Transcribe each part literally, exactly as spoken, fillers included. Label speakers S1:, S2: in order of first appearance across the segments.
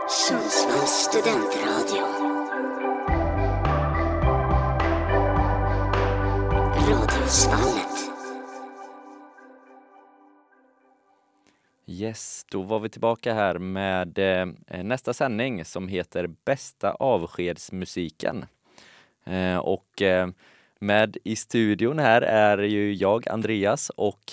S1: Sundsvalls studentradio. Radiosvallet.
S2: Yes, då var vi tillbaka här med eh, nästa sändning som heter Bästa avskedsmusiken. Eh, och eh, med i studion här är ju jag, Andreas, och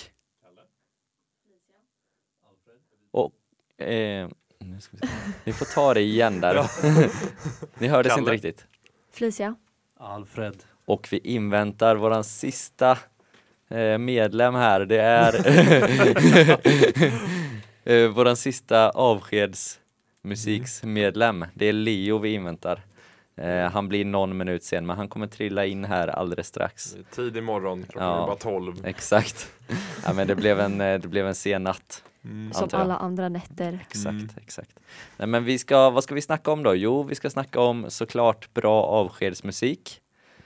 S2: och eh, nu ska vi se. Vi får ta det igen där. Ni hördes
S3: Kalle.
S2: inte riktigt.
S4: Felicia.
S3: Alfred.
S2: Och vi inväntar våran sista eh, medlem här. Det är eh, våran sista avskedsmusiksmedlem. Det är Leo vi inväntar. Eh, han blir någon minut sen, men han kommer trilla in här alldeles strax.
S3: Tidig morgon, klockan
S2: Ja.
S3: är bara tolv.
S2: Exakt. Ja, men det blev en, eh, det blev en sen natt.
S3: Mm.
S4: Som
S2: antar jag.
S4: alla andra nätter.
S2: Exakt,
S3: Mm.
S2: exakt. Nej, men vi ska, vad ska vi snacka om då? Jo, vi ska snacka om såklart bra avskedsmusik.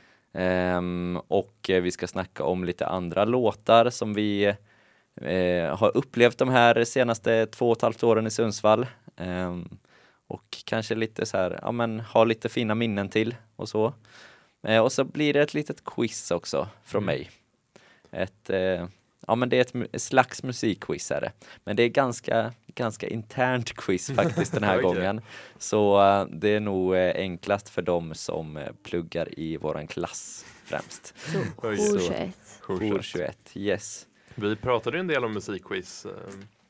S2: Ehm, och eh, vi ska snacka om lite andra låtar som vi eh, har upplevt de här senaste två och ett halvt åren i Sundsvall. Ehm, och kanske lite så här, ja men ha lite fina minnen till och så. Eh, och så blir det ett litet quiz också från
S3: Mm.
S2: mig. Ett, eh, ja men det är ett, mu- ett slags musikquiz är det. Men det är ganska, ganska internt quiz faktiskt den här
S3: Okej.
S2: gången. Så eh, det är nog eh, enklast för dem som eh, pluggar i våran klass främst.
S4: Så
S3: Oj,
S4: jour
S2: så.
S4: tjugoett.
S2: Jour tjugoett, yes.
S3: Vi pratade ju en del om musikquiz eh,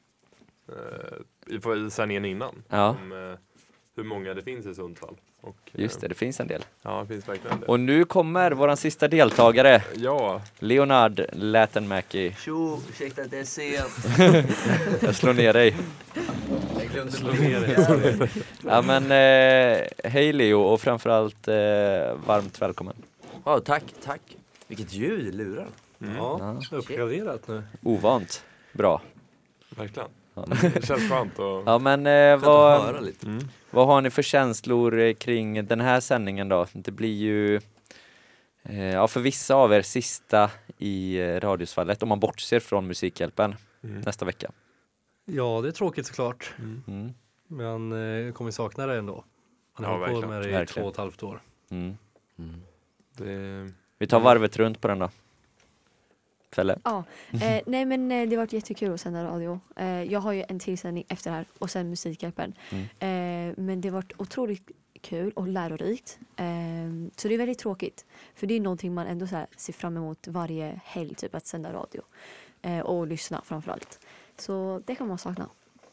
S3: eh, i, i sändningen innan.
S2: Ja.
S3: Om eh, hur många det finns i Sundsvall. Och, eh,
S2: Just det, det finns en del.
S3: Ja, det finns verkligen det.
S2: Och nu kommer våran sista deltagare,
S3: Ja,
S2: Leonard Lätenmäki.
S5: Tjo, ursäkta att det är sent.
S2: Jag slår ner dig.
S5: Jag glömde slå ner det.
S2: Ja men eh, hej Leo och framförallt eh, varmt välkommen.
S5: Ja, tack, tack. Vilket ljud i luren.
S3: mm.
S2: Ja,
S6: Uppgraderat nu.
S2: ovant. Bra.
S3: verkligen.
S2: Ja.
S3: Det känns skönt och...
S2: Ja men eh,
S5: Skönt att
S2: vad,
S5: höra lite.
S3: Mm.
S2: vad har ni för känslor eh, kring den här sändningen då? Det blir ju eh, ja, för vissa av er sista i eh, Radiosvallet om man bortser från Musikhjälpen
S3: Mm.
S2: nästa vecka.
S6: Ja, det är tråkigt såklart.
S3: Mm.
S2: Mm.
S6: Men eh, jag kommer sakna det ändå. Man
S3: Ja,
S6: har hållit på
S3: verkligen.
S6: med det i
S2: Verkligen.
S6: två och ett halvt år.
S2: Mm.
S5: Mm.
S3: Det...
S2: Vi tar varvet runt på den då. Fälle.
S4: Ja, eh, nej men eh, det har varit jättekul att sända radio. Eh, jag har ju en tillsändning efter det här och sen Musikhjälpen.
S2: Mm.
S4: Eh, men det har varit otroligt kul och lärorikt. Eh, så det är väldigt tråkigt. För det är någonting man ändå så här ser fram emot varje helg, typ att sända radio. Eh, och lyssna framförallt. Så det kan man sakna.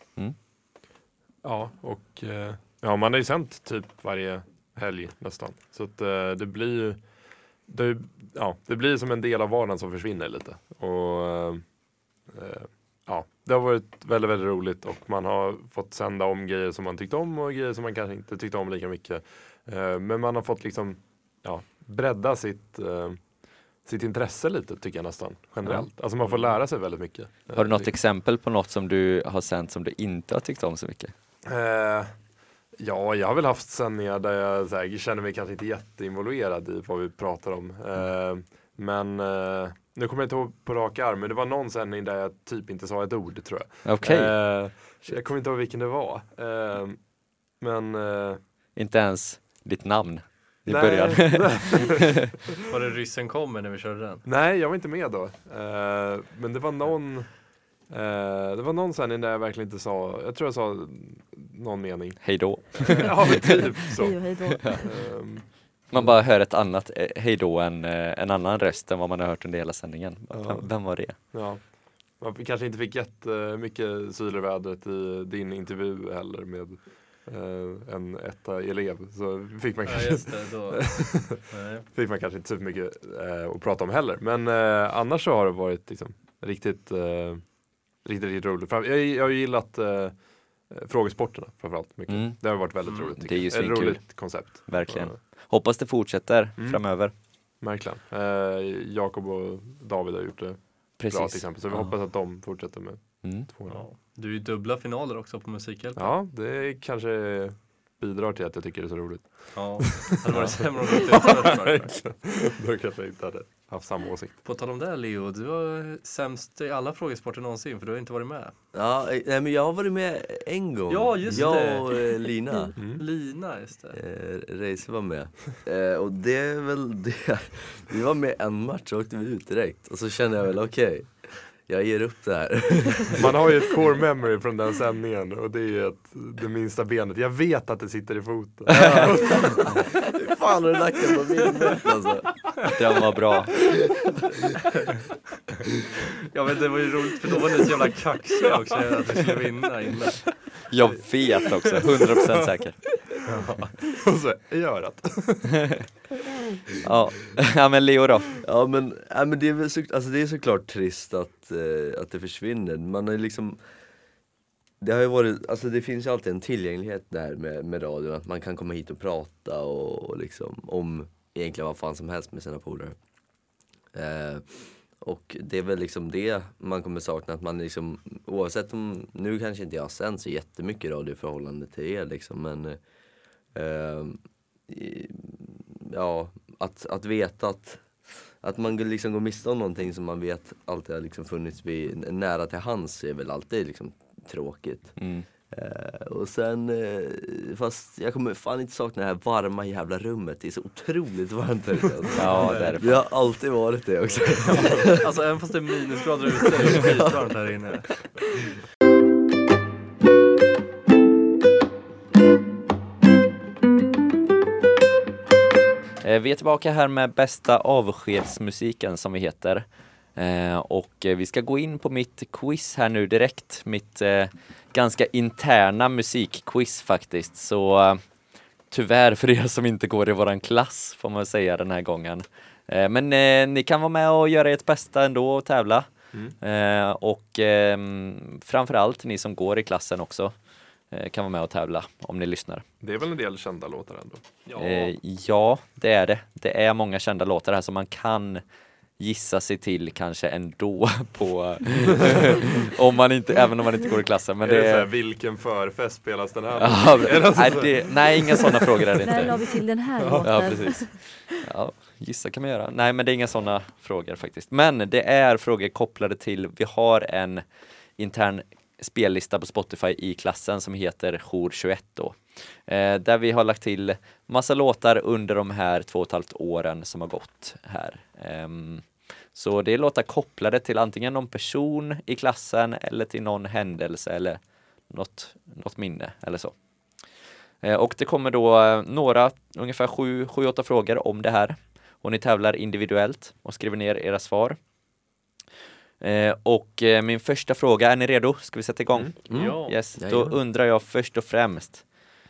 S3: Ja, och eh, ja, man har ju sänt typ varje helg nästan. Så att eh, det blir ju det, ja, det blir som en del av vardagen som försvinner lite. Och eh, eh, ja, det har varit väldigt, väldigt roligt och man har fått sända om grejer som man tyckte om och grejer som man kanske inte tyckte om lika mycket. Eh, men man har fått liksom ja, bredda sitt eh, sitt intresse lite tycker jag nästan generellt. Alltså man får lära sig väldigt mycket.
S2: Har du något
S3: Eh,
S2: exempel på något som du har sänt som du inte har tyckt om så mycket?
S3: Eh, ja, jag har väl haft sändningar där jag så här, känner mig kanske inte jätteinvolverad i vad vi pratar om. Eh, men eh, nu kommer jag inte ihåg på rak arm, men det var någon sändning där jag typ inte sa ett ord tror jag.
S2: Okej,
S3: Eh, jag kommer inte ihåg vilken det var. Eh, men... Eh,
S2: inte ens ditt namn i
S3: nej,
S2: början.
S6: Var det ryssen kommer när vi körde den?
S3: nej, jag var inte med då. Eh, men det var någon... Eh, det var någon sändning där jag verkligen inte sa... Jag tror jag sa någon mening.
S2: Hej då.
S3: Ja, men typ så.
S4: Hej och hej då.
S3: Ehm,
S2: Man bara hör ett annat eh, hej då än eh, en annan röst än vad man har hört under hela sändningen.
S3: Ja.
S2: Vem, vem var det?
S3: Ja. Man kanske inte fick jättemycket syl i vädret i din intervju heller med eh, en etta elev. Så fick man
S6: Ja,
S3: kanske,
S6: just det. Då. Nej.
S3: fick man kanske inte så mycket eh, att prata om heller. Men eh, annars så har det varit liksom, riktigt, eh, riktigt, riktigt roligt. Fram- Jag, jag har ju gillat eh, frågesporterna framförallt mycket.
S2: Mm.
S3: Det har varit väldigt
S6: Mm.
S3: roligt.
S2: Det är ju
S3: Ett
S2: svinkul.
S3: roligt koncept.
S2: Verkligen.
S3: Ja,
S2: Hoppas det fortsätter
S3: Mm.
S2: framöver.
S3: verkligen. Eh, Jakob och David har gjort det bra till
S2: Precis.
S3: exempel. Så vi
S2: Ja.
S3: hoppas att de fortsätter med
S2: Mm.
S3: två.
S6: Ja. Du är ju dubbla finaler också på Musikhjälpen.
S3: Ja, det kanske bidrar till att jag tycker det är så roligt.
S6: Ja. Det hade varit sämre om du inte utrett.
S3: Då kanske jag inte hade haft samma åsikt.
S6: På tal om det Leo, du var sämst i alla frågesporter någonsin för du har inte varit med.
S5: Ja, eh, nej, men jag har varit med en gång.
S6: Ja, just
S5: jag
S6: det.
S5: och eh, Lina.
S3: Mm.
S6: Lina, just det.
S5: Eh, Reise var med. Eh, och det är väl det. Vi var med en match och åkte vi ut direkt. Och så kände jag väl, okej, okay, jag ger upp det här.
S3: Man har ju ett core memory från den sändningen och det är ju ett, det minsta benet. Jag vet att det sitter i foten.
S5: Ja. Fan har du lagt på minnet alltså.
S2: Den var bra.
S6: Ja men det var ju roligt för då var ni så jävla kaxiga också att vi skulle vinna innan.
S2: Jag vet också, hundra procent säker.
S3: Och så i örat.
S2: Ja. Ja, men Leo då?
S5: Ja men, ja, men det är väl så, alltså det är såklart trist att, eh, att det försvinner. Man har liksom, det har ju varit, alltså det finns ju alltid en tillgänglighet där med, med radion. Att man kan komma hit och prata och, och liksom om egentligen vad fan som helst med sina polare. Eh, och det är väl liksom det man kommer sakna, att man liksom, oavsett om, nu kanske inte jag har sänt så jättemycket radio i förhållande till er liksom, men eh, i, ja, att, att veta att, att man liksom går miste om någonting som man vet alltid har liksom funnits vid, nära till hands är väl alltid liksom tråkigt.
S2: Mm.
S5: Uh, och sen, uh, fast jag kommer fan inte sakna det här varma jävla rummet. Det är så otroligt varmt här ute, alltså.
S2: Ja, det är det.
S5: Det har alltid varit det också.
S6: Alltså även fast det är minusgrader ute är det skitvarmt här inne.
S2: Vi är tillbaka här med bästa avskedsmusiken som vi heter. Eh, och vi ska gå in på mitt quiz här nu direkt. Mitt eh, ganska interna musikquiz faktiskt. Så eh, tyvärr för er som inte går i våran klass får man säga den här gången. Eh, men eh, ni kan vara med och göra ert bästa ändå och tävla. Mm. Eh, och eh, framförallt ni som går i klassen också eh, kan vara med och tävla om ni lyssnar.
S3: Det är väl en del kända låtar ändå?
S6: Ja.
S2: Eh, ja, det är det. Det är många kända låtar här som man kan gissa sig till kanske ändå på om man inte, även om man inte går i klassen. Men
S3: är
S2: det
S3: det
S2: är
S3: så här, vilken förfest spelas den här?
S2: Ja,
S3: Är det
S2: nej,
S3: så?
S2: det, nej, inga sådana frågor är det
S4: När la
S2: inte.
S4: vi till den här
S2: Ja,
S4: låten?
S2: precis. Ja, gissa kan man göra. Nej, men det är inga sådana frågor faktiskt. Men det är frågor kopplade till, vi har en intern spellista på Spotify i klassen som heter Jour tjugoett då. Eh, där vi har lagt till massa låtar under de här två och ett halvt åren som har gått här. Ehm, så det är låtar kopplade till antingen någon person i klassen eller till någon händelse eller något, något minne eller så. Eh, och det kommer då eh, några, ungefär sju, sju, åtta frågor om det här. Och ni tävlar individuellt och skriver ner era svar. Eh, och eh, min första fråga, är ni redo? Ska vi sätta igång?
S3: Mm.
S5: Mm.
S6: Ja.
S2: Yes, då
S5: Jajamän.
S2: undrar jag först och främst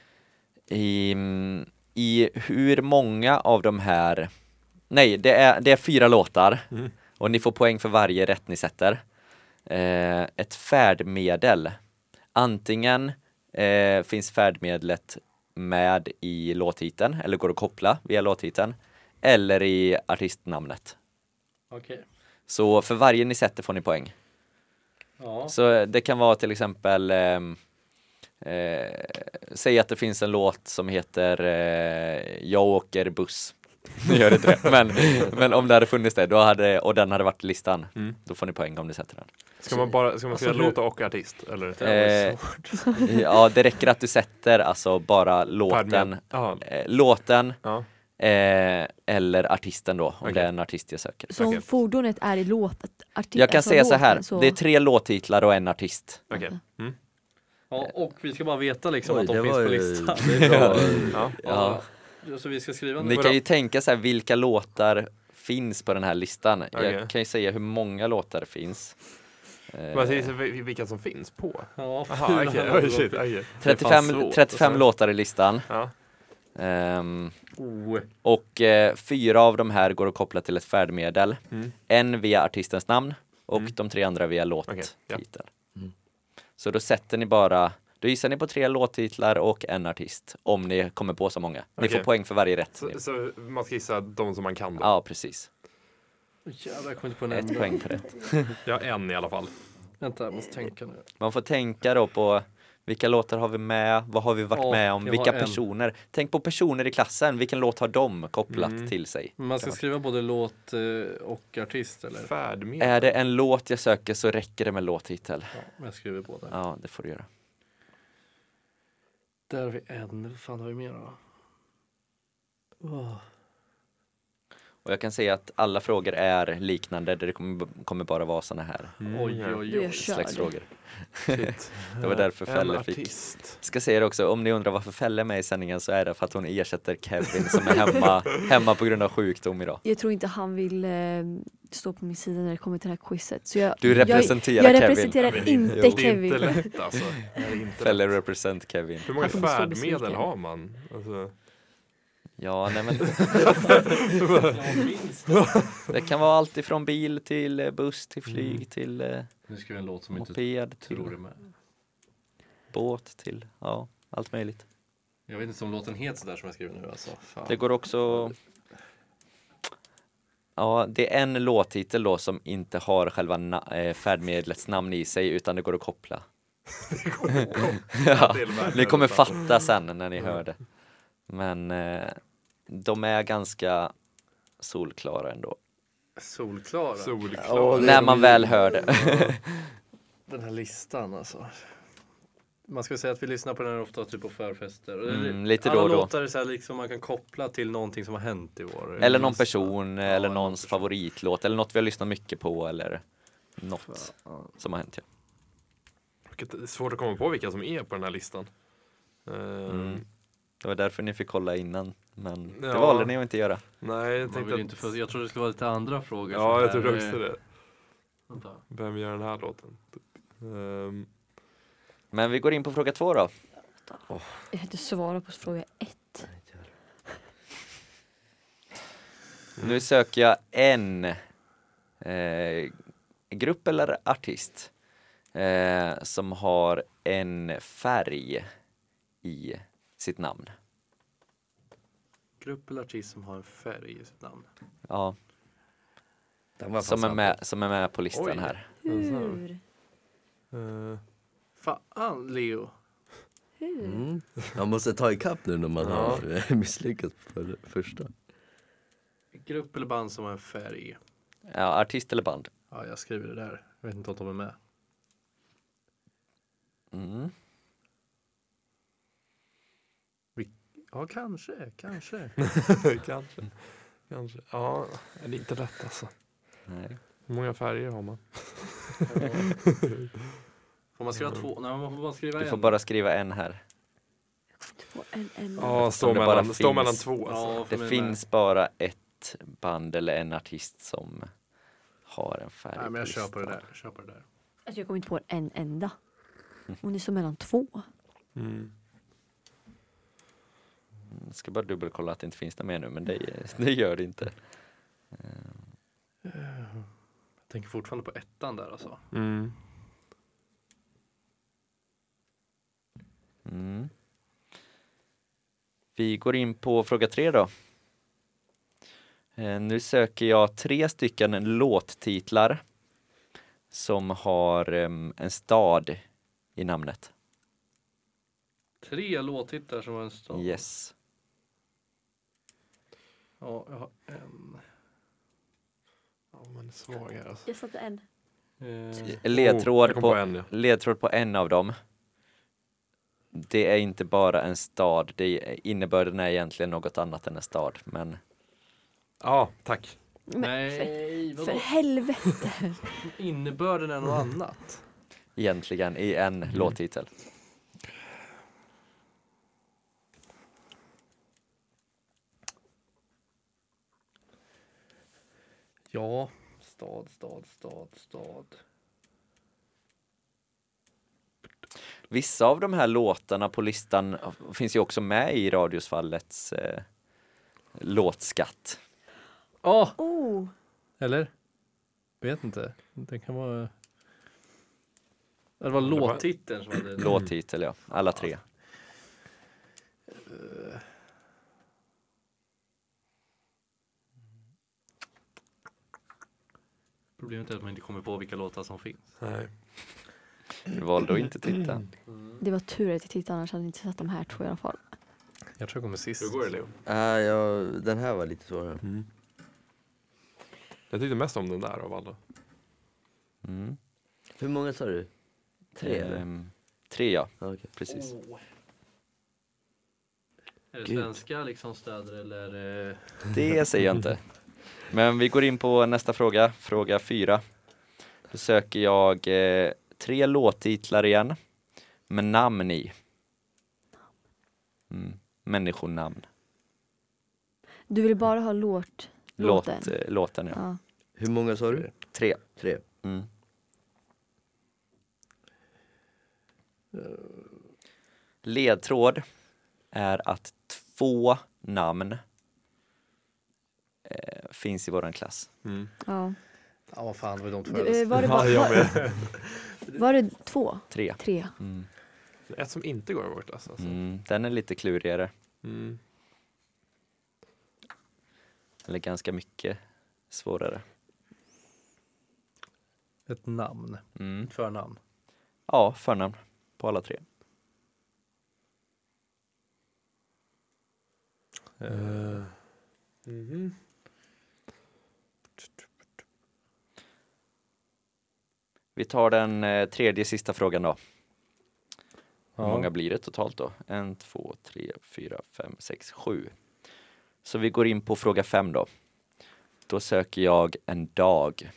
S2: i, i hur många av de här, nej det är, det är fyra låtar
S3: Mm.
S2: och ni får poäng för varje rätt ni sätter. Eh, ett färdmedel, antingen eh, finns färdmedlet med i låttiteln eller går att koppla via låttiteln eller i artistnamnet.
S6: Okej.
S2: Så för varje ni sätter får ni poäng.
S6: Ja.
S2: Så det kan vara till exempel ehm, eh, säg att det finns en låt som heter eh, Jag åker buss. Det gör inte det. Men, men om det hade funnits det då hade, och den hade varit i listan,
S3: Mm.
S2: då får ni poäng om ni sätter den.
S3: Ska man bara ska man säga
S6: Alltså, hur-
S3: låta och artist? Eller?
S2: Eh, ja, det räcker att du sätter alltså bara låten,
S3: Färdmed- Jaha,
S2: eh, låten
S3: ja.
S2: eh, eller artisten då, om
S3: Okej.
S2: det är en artist jag söker.
S4: Så om
S3: Okej.
S4: fordonet är i låt... Arti-
S2: Jag kan
S4: alltså
S2: säga så här,
S4: låten, så-
S2: det är tre låttitlar och en artist.
S3: Okej. Mm.
S6: Ja, och vi ska bara veta liksom
S5: Oj,
S6: att de
S5: det
S6: finns
S5: var
S6: på
S5: ju-
S6: listan.
S5: det är bra.
S3: Ja.
S2: Ja.
S6: Ja. Så vi ska skriva
S2: Ni
S6: nu.
S2: kan ju tänka så här, vilka låtar finns på den här listan.
S3: Okej.
S2: Jag kan ju säga hur många låtar det finns. Eh,
S3: Man säger så vil- vilka som finns på.
S6: Ja,
S3: Jaha,
S6: fyra.
S3: okej. Oj, shit, okej.
S2: trettiofem,
S6: svårt,
S2: trettiofem
S3: alltså.
S2: låtar i listan.
S3: Ja.
S2: Ehm,
S6: Oh.
S2: och eh, fyra av de här går att koppla till ett färdmedel.
S3: Mm.
S2: En via artistens namn och
S3: Mm.
S2: de tre andra via
S3: Okej, ja.
S2: låttitel.
S5: Mm.
S2: Så då sätter ni bara, då gissar ni på tre låttitlar och en artist. Om ni kommer på så många. Ni
S3: Okej.
S2: får poäng för varje rätt.
S3: Så, så man ska gissa de som man kan då?
S2: Ja, precis.
S6: Jävlar, jag kommer inte på en
S2: Ett
S6: enda.
S2: poäng för rätt.
S3: Ja, en i alla fall.
S6: Vänta, jag måste tänka nu.
S2: Man får tänka då på Vilka låtar har vi med? Vad har vi varit
S6: Ja,
S2: med om?
S6: jag
S2: Vilka
S6: har en.
S2: personer? Tänk på personer i klassen. Vilken låt har de kopplat
S3: Mm.
S2: till sig?
S6: Man ska skriva både låt eh, och artist eller?
S3: Färdmedel.
S2: Är det en låt jag söker så räcker det med låttitel.
S6: Ja, men jag skriver båda.
S2: Ja, det får du göra.
S6: Där har vi en. Vad fan har vi mer då? Oh.
S2: Och jag kan säga att alla frågor är liknande. Det kommer, kommer bara vara såna här
S3: Mm,
S6: Oj,
S3: ja.
S6: oj,
S4: Du
S6: oj.
S4: gör kör.
S2: släktsfrågor.
S3: Shit.
S2: Det var därför
S3: En
S2: Felle fick.
S3: artist.
S2: Ska säga det också, om ni undrar varför Felle är med i sändningen så är det för att hon ersätter Kevin som är hemma, hemma på grund av sjukdom idag.
S4: Jag tror inte han vill eh, stå på min sida när det kommer till det här quizet. Så jag,
S2: Du representerar
S4: jag, jag
S2: Kevin.
S4: representerar
S3: Men det-
S4: inte
S3: Det är
S4: Kevin.
S3: inte lätt alltså. Det är inte
S2: Felle
S3: lätt.
S2: represent Kevin.
S3: Hur många
S4: Han kommer stå
S3: färdmedel
S4: besviken.
S3: har man? Alltså,
S2: Ja, nej men det kan vara allt ifrån bil till eh, buss till flyg
S3: Mm.
S2: till eh,
S6: Nu ska vi en låt som inte
S2: moped
S6: tror det
S2: till
S6: med.
S2: båt till, ja, allt möjligt.
S6: Jag vet inte om låten heter sådär som jag skriver nu alltså. Fan.
S2: Det går också. Ja, det är en låttitel då som inte har själva na- eh, färdmedlets namn i sig utan det går att koppla. Ja, ni kommer fatta sen när ni hör det. Men eh, de är ganska solklara ändå.
S6: Solklara.
S3: Solklar.
S5: Ja, det-
S2: När man väl hör det.
S6: Den här listan alltså. Man ska säga att vi lyssnar på den här ofta typ på förfester. Och det-
S2: Mm, lite
S6: alla
S2: då och då.
S6: låtar är så här liksom man kan koppla till någonting som har hänt i år.
S2: Eller någon
S6: Lista.
S2: person
S6: Ja,
S2: eller
S6: någon
S2: någons
S6: person.
S2: favoritlåt eller något vi har lyssnat mycket på eller något
S6: Ja.
S2: som har hänt. Ja.
S3: Vilket är svårt att komma på vilka som är på den här listan. Ehm,
S2: Mm. Det var därför ni fick kolla innan. Men det
S3: Ja.
S2: valde ni att inte göra.
S3: Nej, jag
S6: Man
S3: tänkte
S6: vill
S3: att...
S6: inte få, jag tror det skulle vara lite andra frågor.
S3: Ja,
S6: så
S3: jag
S6: här,
S3: trodde också
S6: eh,
S3: det.
S6: vänta.
S3: Vem gör den här låten? Ehm,
S2: Men vi går in på fråga två då.
S4: Jag kan inte svara på fråga ett.
S2: Nu söker jag en eh, grupp eller artist eh, som har en färg i sitt namn.
S6: Grupp eller artist som har en färg i sitt namn.
S2: Ja,
S5: Den var
S2: som är, med, som är med på listan
S3: Oj.
S2: här.
S4: Hur?
S3: eh,
S6: Fan, Leo.
S4: Hur?
S5: Mm. Man måste ta ikapp nu när man
S3: Ja.
S5: har misslyckats på det första.
S6: Grupp eller band som har en färg.
S2: Ja, artist eller band.
S6: Ja, jag skriver det där. Jag vet inte om de är med.
S2: Mm.
S6: Ja, kanske, kanske.
S3: kanske. Kanske. Ja, det är inte lätt alltså.
S2: Nej.
S3: Hur många färger har man?
S6: Får man skriva två? Nej, man får bara skriva
S2: Du
S6: en.
S2: får bara skriva en här.
S4: Två, en, en.
S3: Ja, stå
S2: Om det bara
S3: mellan, stå
S2: finns-
S3: mellan två alltså.
S6: Ja, för
S2: Det
S6: mig
S2: finns bara ett band eller en artist som har en färg.
S6: med. Nej, men jag
S2: på
S6: kör på det
S2: listan.
S6: där. Jag kör på det där.
S4: Alltså jag kommer inte på en enda. Om det står mellan två.
S3: Mm.
S2: Jag ska bara dubbelkolla att det inte finns något mer nu, men det, det gör det inte.
S6: Jag tänker fortfarande på ettan där alltså.
S3: Mm.
S2: Mm. Vi går in på fråga tre då. Eh, nu söker jag tre stycken låttitlar som har em, en stad i namnet.
S6: Tre låttitlar som var en stad.
S2: Yes.
S6: Ja, jag har en.
S3: Ja, man är svag här alltså.
S4: Jag satte en.
S6: Eh,
S2: Ledtråd,
S3: Oh, jag kom
S2: på,
S3: på en, ja.
S2: ledtråd på en av dem. Det är inte bara en stad. Det är, innebörden är egentligen något annat än en stad. Men
S3: Ja, tack.
S4: Men
S6: nej,
S4: för,
S6: vadå?
S4: för helvete.
S6: Innebörden är något annat.
S2: egentligen i en
S3: Mm.
S2: låttitel.
S6: Ja, stad, stad, stad, stad.
S2: Vissa av de här låtarna på listan finns ju också med i Radiosfallets eh, låtskatt.
S6: Ja,
S4: Oh,
S6: eller? Vet inte. Det kan vara... Det var
S3: det var-
S6: låttiteln som hade...
S2: Låttitel, ja. Alla tre.
S6: Eh, Problemet är att man inte kommer på vilka låtar som finns.
S3: Nej.
S2: Du valde att inte titta.
S4: Det var tur att jag tittade, annars hade jag inte sett de här två i alla fall.
S6: Jag tror jag kommer sist.
S3: Hur går det, Leo?
S5: Ah, ja, den här var lite svårare.
S3: Mm. Jag tyckte mest om den där av alla.
S2: Mm.
S5: Hur många sa du? Tre? eller?
S2: Ehm, tre ja,
S5: Ah, okej.
S2: precis.
S6: Oh. Är det
S5: Gud.
S6: svenska liksom städer eller? Är det...
S2: Det säger jag inte. Men vi går in på nästa fråga, fråga fyra. Då söker jag eh, tre låttitlar igen med namn i. Mm. Människonamn.
S4: Du vill bara ha låt,
S2: Låt,
S4: låten?
S2: eh, låten ja.
S4: Ja.
S5: Hur många sa du?
S2: Tre.
S5: Tre.
S2: Mm. Ledtråd är att två namn eh, finns i våran klass.
S3: Mm.
S4: Ja.
S6: Ja, vad fan, det var dumt
S4: Du, eh,
S6: förut.
S4: var, det
S3: Ja,
S4: bara,
S3: jag
S4: var,
S3: med.
S4: var det två?
S2: Tre.
S4: Tre.
S2: Mm.
S3: Ett som inte går i vår klass alltså.
S2: Mm. Den är lite klurigare.
S3: Mm.
S2: Eller ganska mycket svårare.
S6: Ett namn,
S2: Mm.
S6: ett förnamn.
S2: Ja, förnamn på alla tre.
S3: Uh. Mhm.
S2: Vi tar den eh, tredje sista frågan då. Hur
S6: Ja.
S2: många blir det totalt då? En, två, tre, fyra, fem, sex, sju. Så vi går in på fråga fem då. Då söker jag en dag.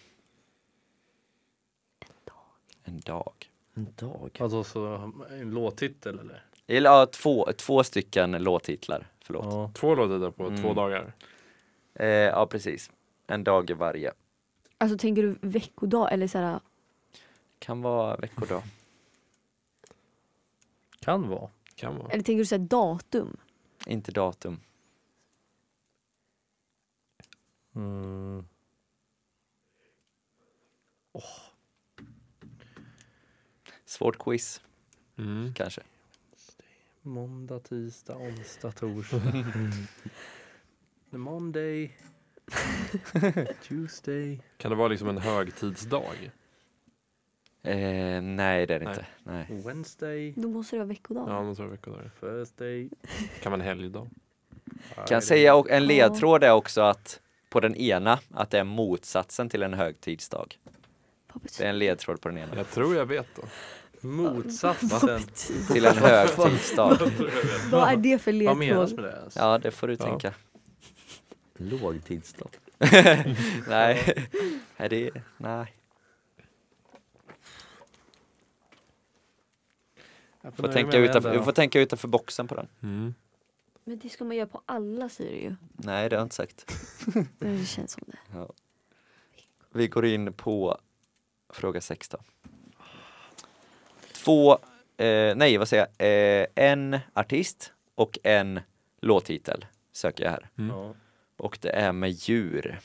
S2: En dag.
S5: En dag?
S6: Alltså så en låttitel eller?
S2: Eller ja, två, två stycken låttitlar. Förlåt.
S6: Ja.
S3: Två låtar på
S2: Mm.
S3: två dagar.
S2: Eh, ja, precis. En dag i varje.
S4: Alltså tänker du veckodag eller såhär?
S2: Kan vara veckodag.
S6: Kan vara.
S3: Kan vara.
S4: Eller tänker du såhär datum?
S2: Inte datum.
S6: Mm.
S2: Svårt quiz,
S3: Mm.
S2: kanske.
S6: Måndag, tisdag, onsdag, torsdag. The Monday. Tuesday.
S3: Kan det vara liksom en högtidsdag?
S2: Eh, nej, det är det
S3: Nej.
S2: inte. Nej.
S6: Wednesday.
S4: Då måste det vara veckodag.
S3: Ja, någon sån veckodagar.
S6: Thursday.
S3: Kan vara en helgdag.
S2: Kan jag säga, och en ledtråd är också att på den ena, att det är motsatsen till en högtidsdag.
S4: Vad
S2: Det är en ledtråd på den ena.
S3: Jag tror jag vet då.
S6: Motsatsen.
S2: Till en högtidsdag.
S4: Vad är det för
S6: Vad menas
S4: ledtråd?
S6: med det? Alltså?
S2: Ja, det får du
S3: Ja.
S2: tänka.
S5: Lågtidsdag?
S2: Nej, nej, det nej.
S6: Jag
S2: Får
S6: nöja
S2: tänka
S6: mig med
S2: utanför,
S6: det
S2: du
S6: då.
S2: får tänka utanför boxen på den.
S3: Mm.
S4: Men det ska man göra på alla sidor ju.
S2: Nej, det har jag inte sagt.
S4: Men det känns som det.
S2: Ja. Vi går in på fråga sex då. Två, eh, nej vad säger jag, eh, en artist och en låttitel söker jag här.
S3: Mm.
S6: Ja.
S2: Och det är med djur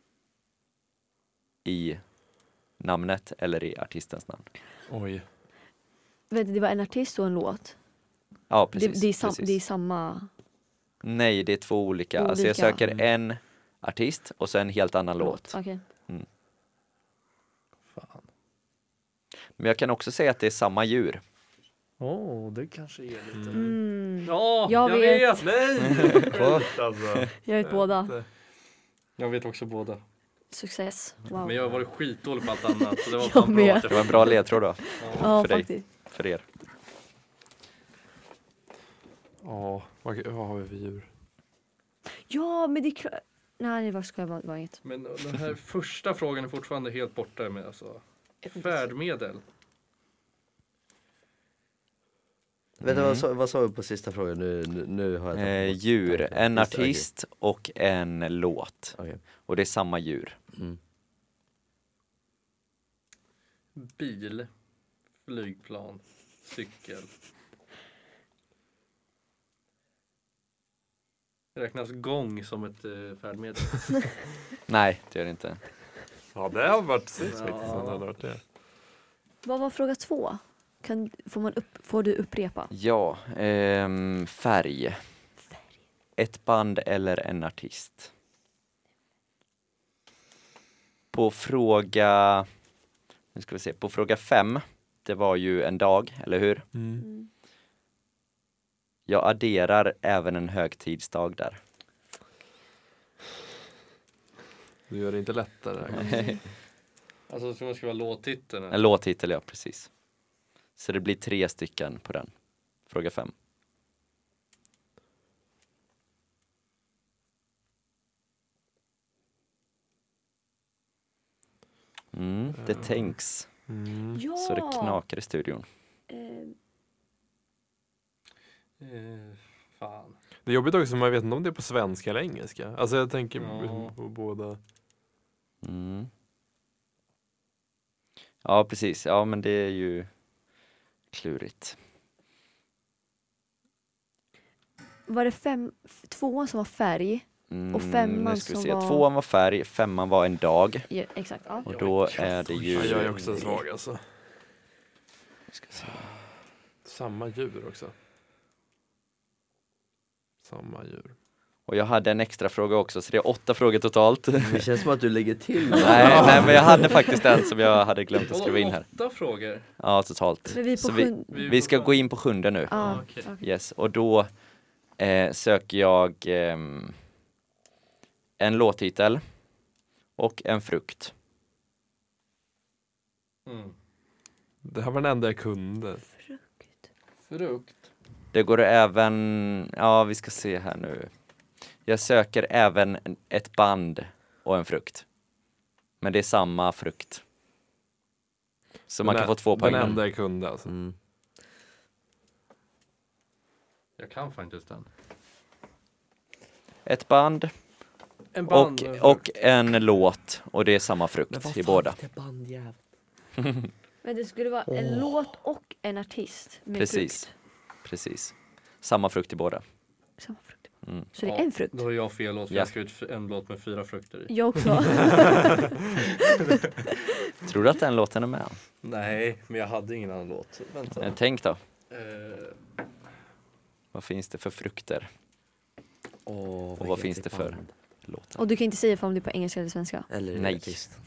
S2: i namnet eller i artistens namn.
S3: Oj.
S4: Vet du, det var en artist och en låt.
S2: Ja,
S4: Det,
S2: precis.
S4: det, är sam,
S2: precis.
S4: det är samma.
S2: Nej, det är två olika. Alltså jag
S4: Olika.
S2: söker
S3: Mm.
S2: en artist och så en helt annan låt.
S4: Okej.
S6: Fan.
S2: Men jag kan också säga att det är samma djur.
S6: Åh, oh, det kanske är lite...
S3: Mm.
S4: Mm.
S6: Ja,
S4: Jag
S6: jag,
S4: vet.
S6: vet! Nej! Skit, alltså.
S4: Jag vet båda.
S6: Jag vet också båda.
S4: Success. Wow.
S6: Men jag har varit skitdålig på allt annat. Så det var
S4: Jag
S6: fan bra
S4: med.
S6: att
S2: Det var en bra ledtråd då,
S4: Ja,
S2: för dig.
S4: faktiskt.
S2: för er.
S3: Ja, vad, vad har vi för djur?
S4: Ja, men det är klart. Nej, det ska jag vara var inget.
S6: Men den här första frågan är fortfarande helt borta med alltså. Färdmedel.
S5: Vänta,
S2: Mm.
S5: vad, sa, vad sa vi på sista frågan? Nu, nu, nu har jag tappat
S2: Eh,
S5: bort
S2: djur,
S5: tanken.
S2: en
S5: Just det, okej.
S2: artist och en låt.
S5: Okej.
S2: Och det är samma djur.
S5: Mm.
S6: Bil. Flygplan. Cykel. Räknas gång som ett eh, färdmedel?
S2: Nej, det gör det inte.
S3: Ja, det har varit sist
S6: Ja.
S3: faktiskt. Om det hade varit det.
S4: Vad var fråga två? Kan, får, man upp, får du upprepa?
S2: Ja, ehm, färg. Ett band eller en artist. På fråga, nu ska vi se, på fråga fem det var ju en dag, eller hur?
S3: Mm.
S4: Mm.
S2: Jag adderar även en högtidsdag där.
S3: Du gör det inte lättare.
S4: Mm.
S6: Alltså så det ska vara låttiteln?
S2: En låttitel, ja, precis. Så det blir tre stycken på den. Fråga fem. Mm, det tänks.
S3: Mm.
S4: Ja!
S2: Så det knakar i studion.
S4: Eh,
S6: Eh, fan.
S3: Det är jobbigt också, man vet inte om det är på svenska eller engelska. Alltså jag tänker
S6: Ja.
S3: på båda.
S2: Mm. Ja, precis. Ja, men det är ju klurigt.
S4: var det fem, f- tvåan som var färg?
S2: Mm,
S4: Och femman
S2: nu ska vi
S4: som
S2: se.
S4: var-
S2: Tvåan var färg, femman var en dag.
S4: Ja, exakt, ja.
S2: Och då är det ju...
S3: Ja, jag är också svag alltså.
S2: Vi ska se.
S3: Samma djur också. Samma djur.
S2: Och jag hade en extra fråga också, så det är åtta frågor totalt.
S5: Det känns som att du lägger till.
S2: nej, nej, men jag hade faktiskt en som jag hade glömt att skriva in här.
S6: Åtta frågor?
S2: Ja, totalt.
S4: Men vi är på
S2: Så vi,
S4: sjun-
S6: Vi-
S2: vi ska gå in på sjunde nu.
S4: Ja,
S6: okej.
S4: okej.
S2: Yes, och då eh, söker jag ehm, en låttitel och en frukt.
S6: Mm.
S3: Det här var den enda jag kunde.
S4: Frukt.
S6: Frukt?
S2: Det går även, ja vi ska se här nu. Jag söker även en- ett band och en frukt. Men det är samma frukt. Så man
S3: Den
S2: kan
S3: ä-
S2: få två poäng.
S3: Den enda jag kunde alltså.
S5: Mm.
S6: Jag kan faktiskt den.
S2: Ett band
S6: En
S2: och,
S6: band och en
S2: och en låt. Och det är samma frukt i båda.
S5: Det bandjävel.
S4: Men det skulle vara en låt och en artist med
S2: Precis.
S4: frukt.
S2: Precis. Samma frukt i båda.
S4: Samma frukt.
S2: Mm.
S4: Så det är
S6: Ja,
S4: en frukt.
S6: Då har jag fel låt, för
S2: Ja.
S6: jag ska ut en låt med fyra frukter i.
S4: Jag också.
S2: Tror du att den låten är med?
S6: Nej, men jag hade ingen annan låt. Vänta.
S2: Eh, Tänk då.
S6: Eh,
S2: Vad finns det för frukter?
S5: Åh,
S2: Och vad finns det för låtar?
S4: Och du kan inte säga om det är på engelska eller svenska.
S5: Eller
S2: Nej.
S5: artist.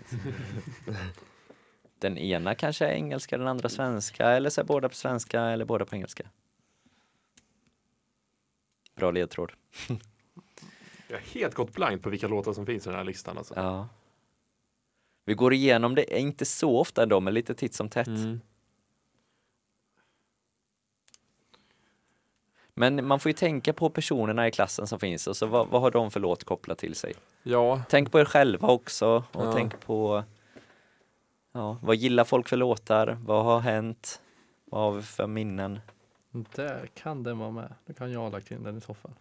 S2: Den ena kanske är engelska, den andra svenska. Eller så är båda på svenska eller båda på engelska. Bra ledtråd.
S3: Jag har helt gått blankt på vilka låtar som finns i den här listan alltså.
S2: Ja. Vi går igenom det, inte så ofta ändå, men lite titt som tätt.
S3: Mm.
S2: Men man får ju tänka på personerna i klassen som finns. Och så vad, vad har de för låt kopplat till sig?
S3: Ja,
S2: Tänk på er själva också. Och
S3: Ja.
S2: tänk på ja, vad gillar folk för låtar? Vad har hänt? Vad har vi för minnen?
S6: Där kan den vara med. Då kan jag ha lagt in den i så fall.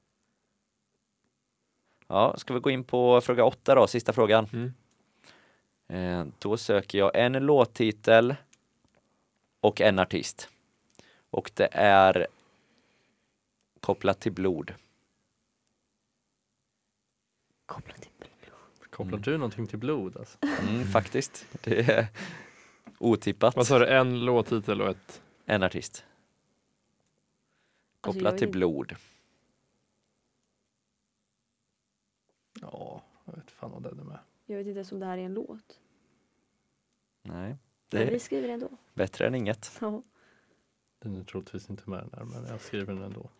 S2: Ja, ska vi gå in på fråga åtta då, sista frågan.
S3: Mm.
S2: Eh, då söker jag en låttitel och en artist. Och det är kopplat till blod.
S4: Kopplat till
S6: Kopplar
S2: Mm.
S6: du någonting till blod alltså?
S2: Mm, faktiskt. Det är otippat.
S3: vad sa du? En låttitel och ett...
S2: En artist.
S4: Alltså,
S2: Kopplat
S4: jag
S2: till
S4: är-
S2: blod.
S6: Ja, jag vet fan om den är med.
S4: Jag vet inte ens om det här är en låt.
S2: Nej,
S4: Men
S2: det
S4: vi
S2: är
S4: skriver det ändå.
S2: bättre än inget.
S4: Ja.
S6: Den är troligtvis inte med där, men jag skriver den ändå.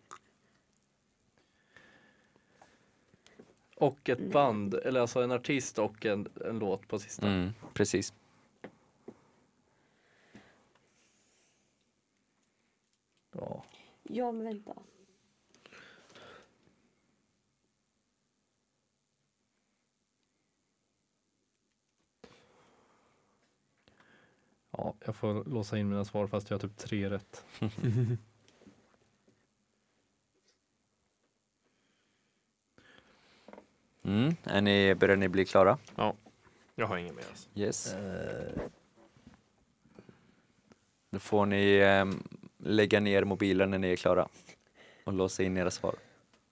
S6: Och ett band, eller alltså en artist och en, en låt på sista.
S2: Mm, precis.
S6: Ja.
S4: Ja, men vänta.
S6: ja, jag får låsa in mina svar fast jag har typ tre rätt.
S2: Mm. Är ni, börjar ni bli klara?
S3: Jag har ingen mer alltså.
S2: Yes.
S5: Eh,
S2: Då får ni eh, lägga ner mobilen när ni är klara. Och låsa in era svar.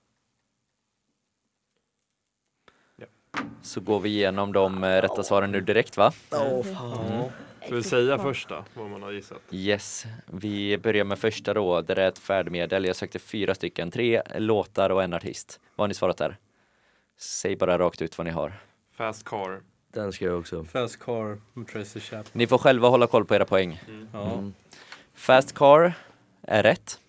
S3: Ja.
S2: Så går vi igenom de eh, rätta svaren nu direkt, va?
S5: Åh fan.
S3: Ja. Ska vi säga första vad man har gissat?
S2: Yes, vi börjar med första då, där det är ett färdmedel. Jag sökte fyra stycken, tre låtar och en artist. Vad har ni svarat där? Säg bara rakt ut vad ni har.
S3: Fast car.
S5: Den ska jag också.
S6: Fast Car med Tracy Chapman.
S2: Ni får själva hålla koll på era poäng.
S6: Ja.
S5: Mm.
S2: Fast Car är rätt.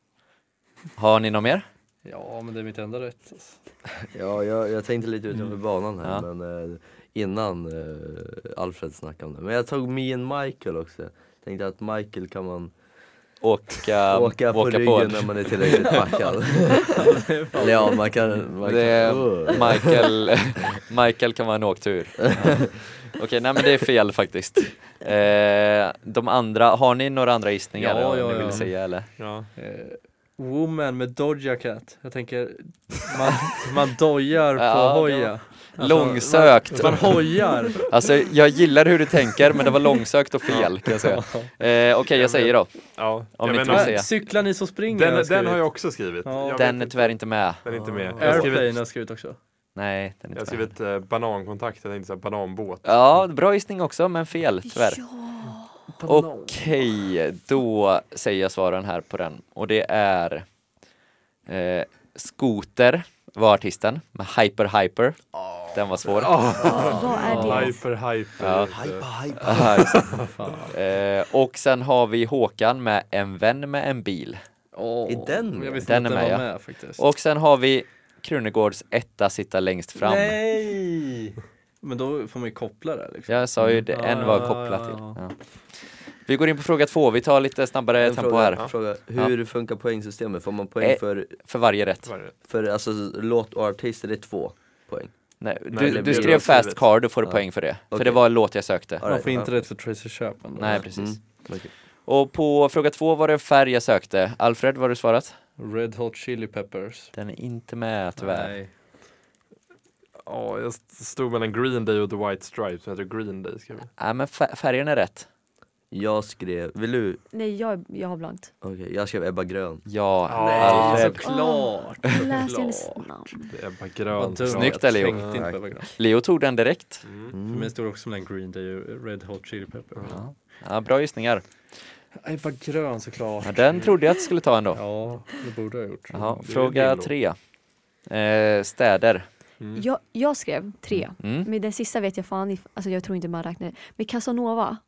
S2: Har ni något mer?
S6: ja, men det är mitt enda rätt. Alltså.
S5: Ja, jag, jag tänkte lite utanför banan här,
S2: Ja.
S5: men eh, innan eh, Alfred snackade om det. Men jag tog Me and Michael också. Tänkte att Michael kan man
S2: Åka,
S5: åka på
S2: åka
S5: ryggen när man är tillräckligt packad. Eller ja, man kan... Man
S2: Det är
S5: kan oh.
S2: Michael, Michael kan vara en åktur. Ja. Okej, nej men det är fel faktiskt. Eh, de andra, har ni några andra gissningar
S6: Ja,
S2: eller
S6: ja,
S2: vad ni
S6: ja.
S2: vill säga eller?
S3: Ja.
S6: Eh, Woman med Doja Cat. Jag tänker, man, man dojar på
S2: Ja,
S6: hoja. Alltså,
S2: Långsökt.
S6: Man, man hojar.
S2: Alltså jag gillar hur du tänker men det var långsökt och fel kan jag säga. Eh, Okej, jag säger då.
S3: Ja.
S2: Om
S3: jag
S2: ni
S3: vet
S2: inte vill
S3: inte.
S2: säga.
S6: Cyklar ni så springer
S3: Den,
S6: har jag
S3: den har
S6: skrivit.
S3: jag också skrivit.
S6: Ja.
S3: Jag
S2: Den
S3: vet
S2: är tyvärr inte med.
S3: Den är inte med. Jag har
S6: Airplane
S3: skrivit,
S6: har jag skrivit också.
S2: Nej, den är
S3: jag har
S2: inte med.
S3: skrivit eh, banankontakt, jag tänkte såhär bananbåt.
S2: Ja, bra gissning också men fel tyvärr.
S4: Ja.
S2: Okej, då säger jag svaren här på den. Och det är eh, Scooter var artisten med Hyper Hyper. Den var svår.
S4: Vad är det?
S3: Hyper, hyper.
S2: Ja. Ja, just det. eh, och sen har vi Håkan med En vän med en bil.
S6: Oh,
S5: Är den med?
S6: Jag visste
S2: Den
S6: inte
S2: är
S6: att den
S2: med,
S6: var
S2: ja.
S6: med faktiskt.
S2: Och sen har vi Krunegårds etta sitta längst fram.
S6: Nej! Men då får man ju koppla det liksom.
S2: Jag sa ju det, en var
S6: Ja,
S2: kopplat
S6: ja,
S2: till.
S6: ja.
S2: Ja. Vi går in på fråga två, vi tar lite snabbare
S5: En
S2: tempo
S5: fråga,
S2: här.
S5: fråga, hur funkar poängsystemet? Får man poäng
S2: Eh.
S5: för,
S2: För varje rätt.
S3: Vad är det?
S5: för alltså, låt och artist, är det två poäng?
S2: Nej,
S3: Nej,
S2: du,
S3: det
S2: du
S3: blir
S2: skrev
S3: det
S2: Fast
S3: skrivet.
S2: Car, då får du
S5: Ja.
S2: poäng för det. För
S5: Okej.
S2: det var en låt jag sökte.
S5: All
S6: Man får
S5: right,
S6: inte
S5: ja.
S6: rätt för Tracy Chapman. då.
S2: Nej, precis.
S5: Mm. Okej.
S2: Och på fråga två var det färg jag sökte. Alfred, vad har du svarat?
S6: Red Hot Chili Peppers.
S2: Den är inte med tyvärr.
S6: Nej.
S3: Ja, jag stod mellan Green Day och The White Stripes, så jag heter Green Day skrev jag.
S2: Nej, men fär- färgen är rätt.
S5: Jag skrev, vill du?
S4: Nej, jag, jag har blankt.
S5: Okej, jag skrev Ebba Grön.
S2: Ja,
S3: Nej,
S2: Alfred.
S6: såklart.
S4: Jag läste hennes
S6: Klart.
S4: namn.
S3: Det är Ebba
S6: Vad
S3: Grön.
S6: dumt.
S2: Snyggt,
S6: Jag
S2: Leo.
S6: tänkte inte på Ebba Grön.
S2: Leo tog den direkt.
S3: Mm.
S6: För mig står det också mellan Green Day och Red Hot Chili Peppers.
S2: Ja. Ja, bra gissningar.
S6: Ebba Grön såklart.
S2: Ja, den trodde jag att du skulle ta ändå.
S6: Ja, det borde jag ha gjort.
S2: Jaha,
S3: det är
S2: fråga
S3: din då.
S2: tre. Eh, städer.
S3: Mm.
S4: Jag, jag skrev tre.
S2: Mm.
S4: Men den sista vet jag fan, if- alltså jag tror inte man räknar. Men Casanova.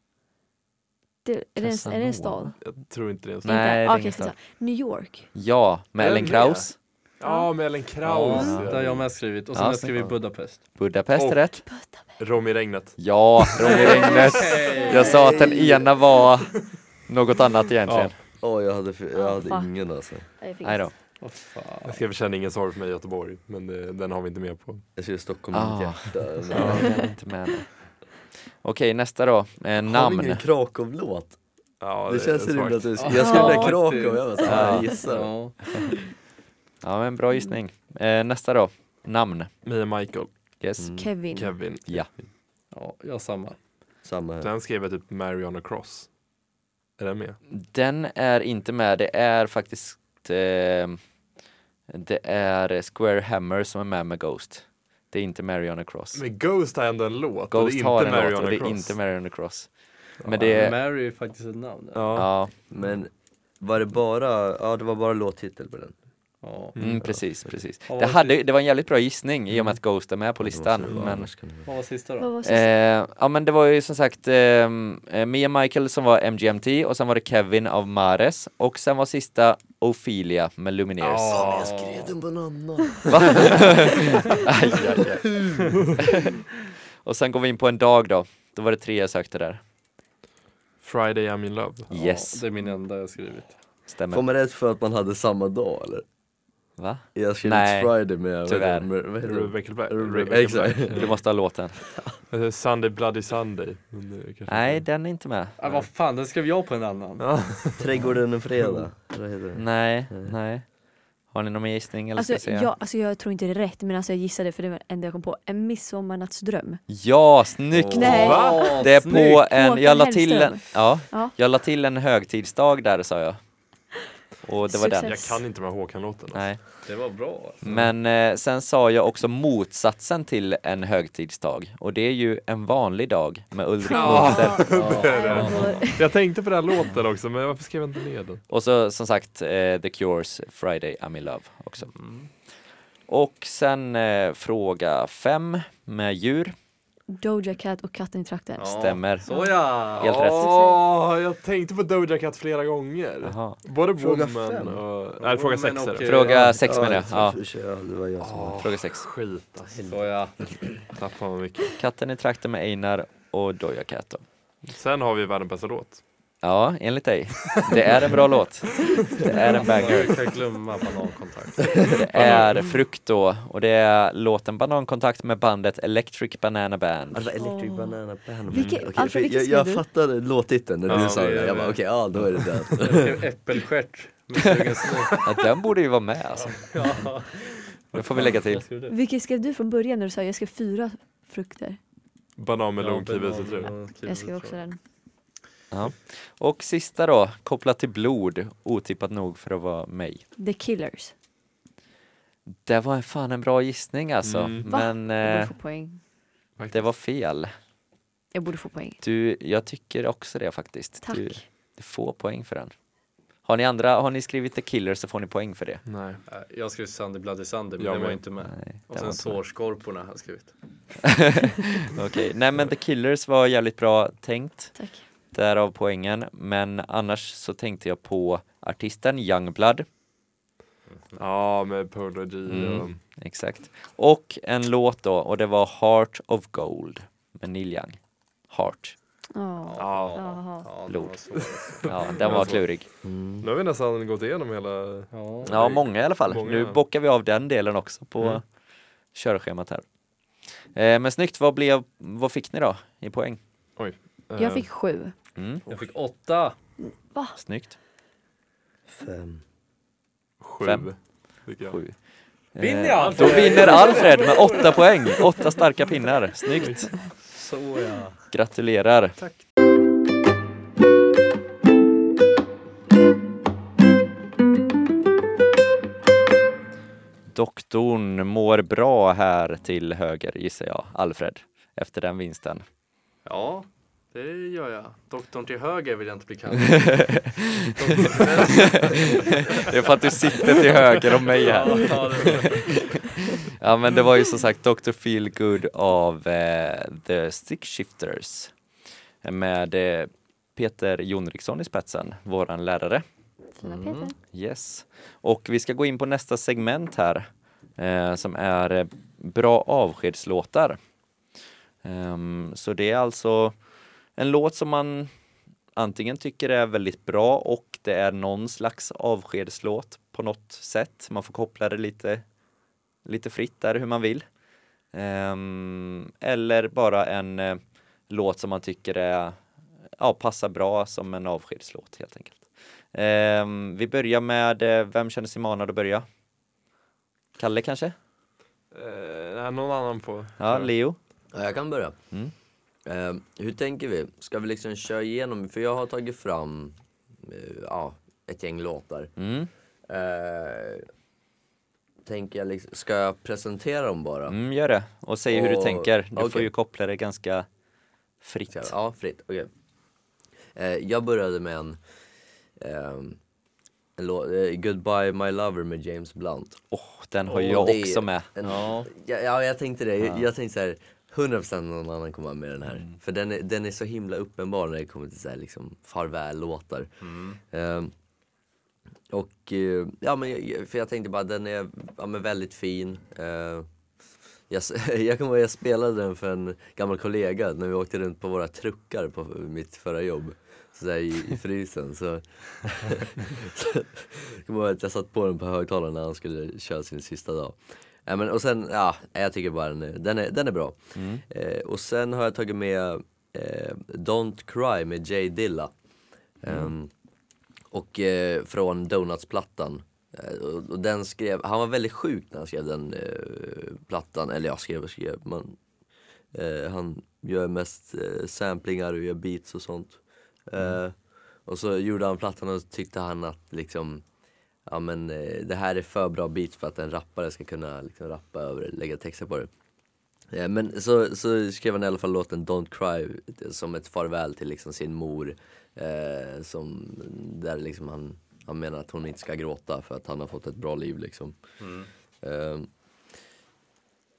S4: Det, är, det en, är det en stad?
S3: Jag tror inte det är en
S2: Nej,
S3: stad.
S2: det är
S4: Inte?
S2: ingen
S4: Okej,
S2: stad.
S4: så. New York.
S2: Ja, med
S3: Den
S2: Ellen
S3: med.
S2: Kraus.
S3: Ja, med Ellen Kraus.
S6: Ja,
S3: Ja.
S6: det har jag med skrivit. Och sen
S2: Ja,
S6: har jag skrivit
S2: snyggt.
S6: Budapest.
S2: Budapest är
S3: Och-
S2: rätt.
S3: Rom i regnet.
S2: Ja, Rom i regnet. Jag sa att den ena var något annat egentligen.
S5: Åh, jag hade, för, jag
S4: Ja,
S5: hade
S4: fuck.
S5: ingen alltså.
S4: Nej,
S2: Nej då.
S6: Vad fan.
S3: Jag skrev Känn ingen sorg för mig i Göteborg, men det, den har vi inte med på.
S5: Jag skrev Stockholm
S2: Ah.
S5: i mitt hjärta. Men...
S2: Ja, den är inte med. Okej, nästa då. Eh,
S5: Har vi
S2: namn.
S5: ingen Krakow-låt?
S3: Ja,
S5: Det känns
S3: är
S5: rimligt att
S3: svagt.
S5: du... Jag skrev
S4: Ja.
S5: där Krakow, jag var såhär,
S2: Ja.
S5: jag gissar.
S6: Ja.
S2: Ja, men bra gissning. Eh, nästa då. Namn.
S3: Mia Michael,
S2: Yes.
S5: Mm.
S4: Kevin.
S3: Kevin.
S2: Ja.
S6: Ja, jag har samma.
S5: Samma här.
S3: Den skrev jag typ Mariana Cross. Är den med?
S2: Den är inte med. Det är faktiskt eh, det är Square Hammer som är med med Ghost. Det är inte Mariana Cross.
S3: Men Ghost har ändå en låt och
S2: Ghost
S3: det är
S2: har
S3: inte
S2: en låt
S3: Mariana
S2: och det är
S3: Cross.
S2: inte Mariana Cross. Men det är,
S6: Mary är faktiskt ett namn. Ja.
S3: Ja.
S2: ja,
S5: Men var det bara, ja det var bara låttitel på den.
S6: Ja.
S2: mm, precis, precis.
S6: Ja,
S2: Det,
S6: vad
S2: hade, det var en jävligt bra gissning i och med att Ghost är med på
S5: Det
S2: listan.
S5: måste det vara,
S2: Men,
S5: annars kan det vara.
S6: Vad var sista
S4: Vad
S6: då?
S4: var sista?
S2: eh, ja men det var ju som sagt eh, Mia Michael som var M G M T och sen var det Kevin av Mares och sen var sista Ophelia med Lumineers.
S3: Ja.
S5: Jag skrev den på en annan.
S2: Va? Aj, aj, aj. Och sen går vi in på en dag då. Då var det tre jag sökte där.
S3: Friday I'm in love.
S2: Yes,
S6: Ja, det är min enda jag skrivit.
S2: stämmer.
S5: Får man rätt för att man hade samma dag eller?
S2: Va?
S5: Jag skrev
S2: Nej,
S5: Friday med,
S2: tyvärr.
S5: med, vad heter det?
S3: Rebecca Black.
S5: Re-
S3: Rebecca
S5: exakt.
S3: Black.
S2: Du måste ha låten.
S3: Eh, Sunday Bloody Sunday. Men det kanske
S2: Nej,
S3: inte-
S2: den är inte med.
S6: Ah, vad fan, den skrev jag på en annan.
S3: Ja.
S5: Trädgården en fredag. Eller vad heter det?
S2: Nej,
S5: Nej.
S2: nej. Har ni någon mer gissning eller
S4: Alltså,
S2: ska jag säga?
S4: jag, alltså jag tror inte det är rätt, men alltså jag gissade för det var det enda jag kom på. En midsommarnattsdröm.
S2: Ja, snyggt!
S4: Nej.
S6: Va?
S2: Det är på
S6: Snyggt.
S2: en,
S4: Håkan
S2: jag la till en,
S4: Hellström.
S2: ja,
S4: Ja.
S2: jag la till en högtidsdag där sa jag. Och det var den.
S4: Success.
S3: Jag kan inte de här Håkan-låten. Alltså.
S2: Nej.
S6: Det var bra. Alltså.
S2: Men eh, sen sa jag också motsatsen till en högtidsdag. Och det är ju en vanlig dag med Ulrik
S3: Ja.
S2: Munther.
S6: Ja.
S3: Jag tänkte på den här låten också, men varför skrev jag inte ner den?
S2: Och så som sagt eh, The Cures Friday I'm in love också. Och sen eh, fråga fem med djur.
S4: Doja Cat och Katten i trakten.
S6: Ja,
S2: Stämmer.
S6: Så ja!
S2: Helt rätt.
S3: Åh, jag tänkte på Doja Cat flera gånger.
S2: Jaha.
S3: Både
S5: Fråga
S3: Woman
S5: fem.
S3: och... Nej, fråga sex är
S6: och,
S3: det.
S6: eh,
S2: Fråga
S6: ja.
S2: sex menar jag. Ja.
S5: Ja, det var jag som var.
S2: Fråga sex.
S3: Skit alltså.
S6: Så ja.
S3: Tappar man mycket.
S2: Katten i trakten med Einar och Doja Cat då.
S3: Sen har vi världens bästa låt.
S2: Ja, enligt dig. Det är en bra låt. Det är en banger.
S6: Jag kan glömma banankontakt.
S2: Det är Frukt då. Och det är låten Banankontakt med bandet Electric Banana Band.
S5: Alltså Electric
S4: Åh.
S5: Banana Band.
S4: Vilken-
S5: Okej,
S4: Alfred,
S5: för
S4: vilken
S5: jag,
S4: skrev
S5: jag
S4: du?
S5: fattade låttiteln när
S3: Ja,
S5: du sa
S3: det
S5: det.
S3: är
S5: Jag bara
S3: det.
S5: okej, ja då är det den.
S6: Jag skrev äppelstjärt med sugen snö.
S2: Ja, den borde ju vara med alltså.
S6: Ja.
S2: Det får vi lägga till.
S6: Vad skrev du?
S4: Vilken skrev du från början när du sa jag skrev fyra frukter?
S3: Banan, melon,
S6: Ja,
S3: kiwi,
S6: banan,
S3: citron.
S6: melon, kiwi,
S4: Jag skrev också
S6: citron.
S4: den.
S2: Ja. Och sista då, kopplat till blod. Otippat nog för att vara mig.
S4: The Killers.
S2: Det var fan en bra gissning alltså.
S3: Mm.
S4: Va?
S2: Men
S4: Jag borde
S2: eh,
S4: få poäng.
S2: det var fel.
S4: Jag borde få poäng.
S2: Du, jag tycker också det faktiskt.
S4: Tack.
S2: Du, du får poäng för den. Har ni andra, har ni skrivit The Killers så får ni poäng för det.
S3: Nej.
S6: Äh, Jag skrev Sunday Bloody Sunday men
S3: Jag
S6: den var
S3: med.
S6: inte med.
S2: Nej,
S6: Och
S2: den
S6: sen
S2: var inte med.
S6: Sårskorporna har jag skrivit.
S2: Okej, nej men The Killers var jävligt bra tänkt.
S4: Tack.
S2: Därav poängen. Men annars så tänkte jag på artisten Youngblood.
S3: Ja, med Polo G och...
S2: Mm. Exakt. Och en låt då, och det var Heart of Gold med Neil Young. Heart.
S4: Ja.
S3: Ja.
S4: Jaha.
S6: Ja, det
S2: Blod.
S6: var svårt.
S2: Ja, den var klurig.
S5: Mm.
S3: Nu har vi nästan gått igenom hela...
S6: Ja.
S2: Ja, många i alla fall.
S3: Många.
S2: Nu bockar vi av den delen också på
S3: Mm.
S2: körschemat här. Eh, men snyggt, vad, blev, vad fick ni då i poäng?
S6: Eh.
S4: Jag fick sju.
S2: Mm,
S6: Jag fick åtta.
S2: snyggt.
S5: Fem.
S3: Sju.
S2: Fem.
S3: Tycker jag.
S2: Sju.
S6: Vinner
S2: Eh,
S6: jag?
S2: Då vinner Alfred med åtta poäng. Åtta starka pinnar. Snyggt.
S6: Så ja.
S2: Gratulerar.
S6: Tack.
S2: Doktorn mår bra här till höger gissar jag, Alfred, efter den vinsten.
S6: Ja, det gör jag. Doktorn till höger vill jag inte bli kallad. Doktorn till vänster.
S2: Det är för att du sitter till höger om mig här.
S6: Ja, det är bra.
S2: Ja, men det var ju som sagt doktor Feelgood av eh, The Stick Shifters med eh, Peter Jonriksson i spetsen, våran lärare.
S4: Fina
S6: Mm.
S4: Peter.
S2: Yes. Och vi ska gå in på nästa segment här eh, som är eh, bra avskedslåtar. Ehm, så det är alltså en låt som man antingen tycker är väldigt bra och det är någon slags avskedslåt på något sätt. Man får koppla det lite, lite fritt där hur man vill. Ehm, eller bara en eh, låt som man tycker är, ja, passar bra som en avskedslåt helt enkelt. Ehm, vi börjar med, eh, vem känner sig manad att börja? Kalle kanske?
S3: Eh, nej, någon annan på.
S2: Ja, Leo?
S5: Ja, jag kan börja.
S2: Mm.
S5: Eh, hur tänker vi? Ska vi liksom köra igenom? För jag har tagit fram eh, ja, ett gäng låtar.
S2: Mm.
S5: Eh, tänker jag liksom, ska jag presentera dem bara?
S2: Mm, gör det. Och säg hur du
S5: Och-
S2: tänker. Du får
S5: okej.
S2: ju koppla det ganska fritt.
S5: Ska jag- Ja, fritt. Okej. Eh, jag började med en, ehm, en låt, eh, Goodbye My Lover med James Blunt.
S2: Åh, den har
S5: Och
S2: jag
S5: det är
S2: också med.
S5: En,
S6: Ja.
S5: ja. ja, jag tänkte det.
S2: Ja.
S5: Jag, jag tänkte så här, hundra procent någon annan kommer med den här.
S2: Mm.
S5: För den är, den är så himla uppenbar när det kommer till så här, liksom, farväl-låtar.
S6: Mm.
S5: Ehm, och eh, ja, men jag, för jag tänkte bara den är ja, men väldigt fin. Uh, jag, jag kommer ihåg jag spelade den för en gammal kollega när vi åkte runt på våra truckar på mitt förra jobb. Så där i, i frysen. Så, så jag kommer ihåg att jag satt på den på högtalaren när han skulle köra sin sista dag. Ja, men, och sen, ja, jag tycker bara den är, den är, den är bra.
S2: Mm.
S5: Eh, och sen har jag tagit med eh, Don't Cry med Jay Dilla. Ehm, och eh, från Donuts-plattan. Eh, och, och den skrev, han var väldigt sjuk när han skrev den eh, plattan. Eller jag skrev och skrev. Man, eh, han gör mest eh, samplingar och gör beats och sånt. Eh, och så gjorde han plattan och tyckte han att liksom, ja men eh, det här är för bra beats för att en rappare ska kunna liksom rappa över, lägga texter på det. Ja, men så, så skrev han i alla fall låten Don't Cry som ett farväl till liksom sin mor. Eh, som, där liksom han, han menar att hon inte ska gråta för att han har fått ett bra liv liksom.
S6: Mm.
S5: Eh,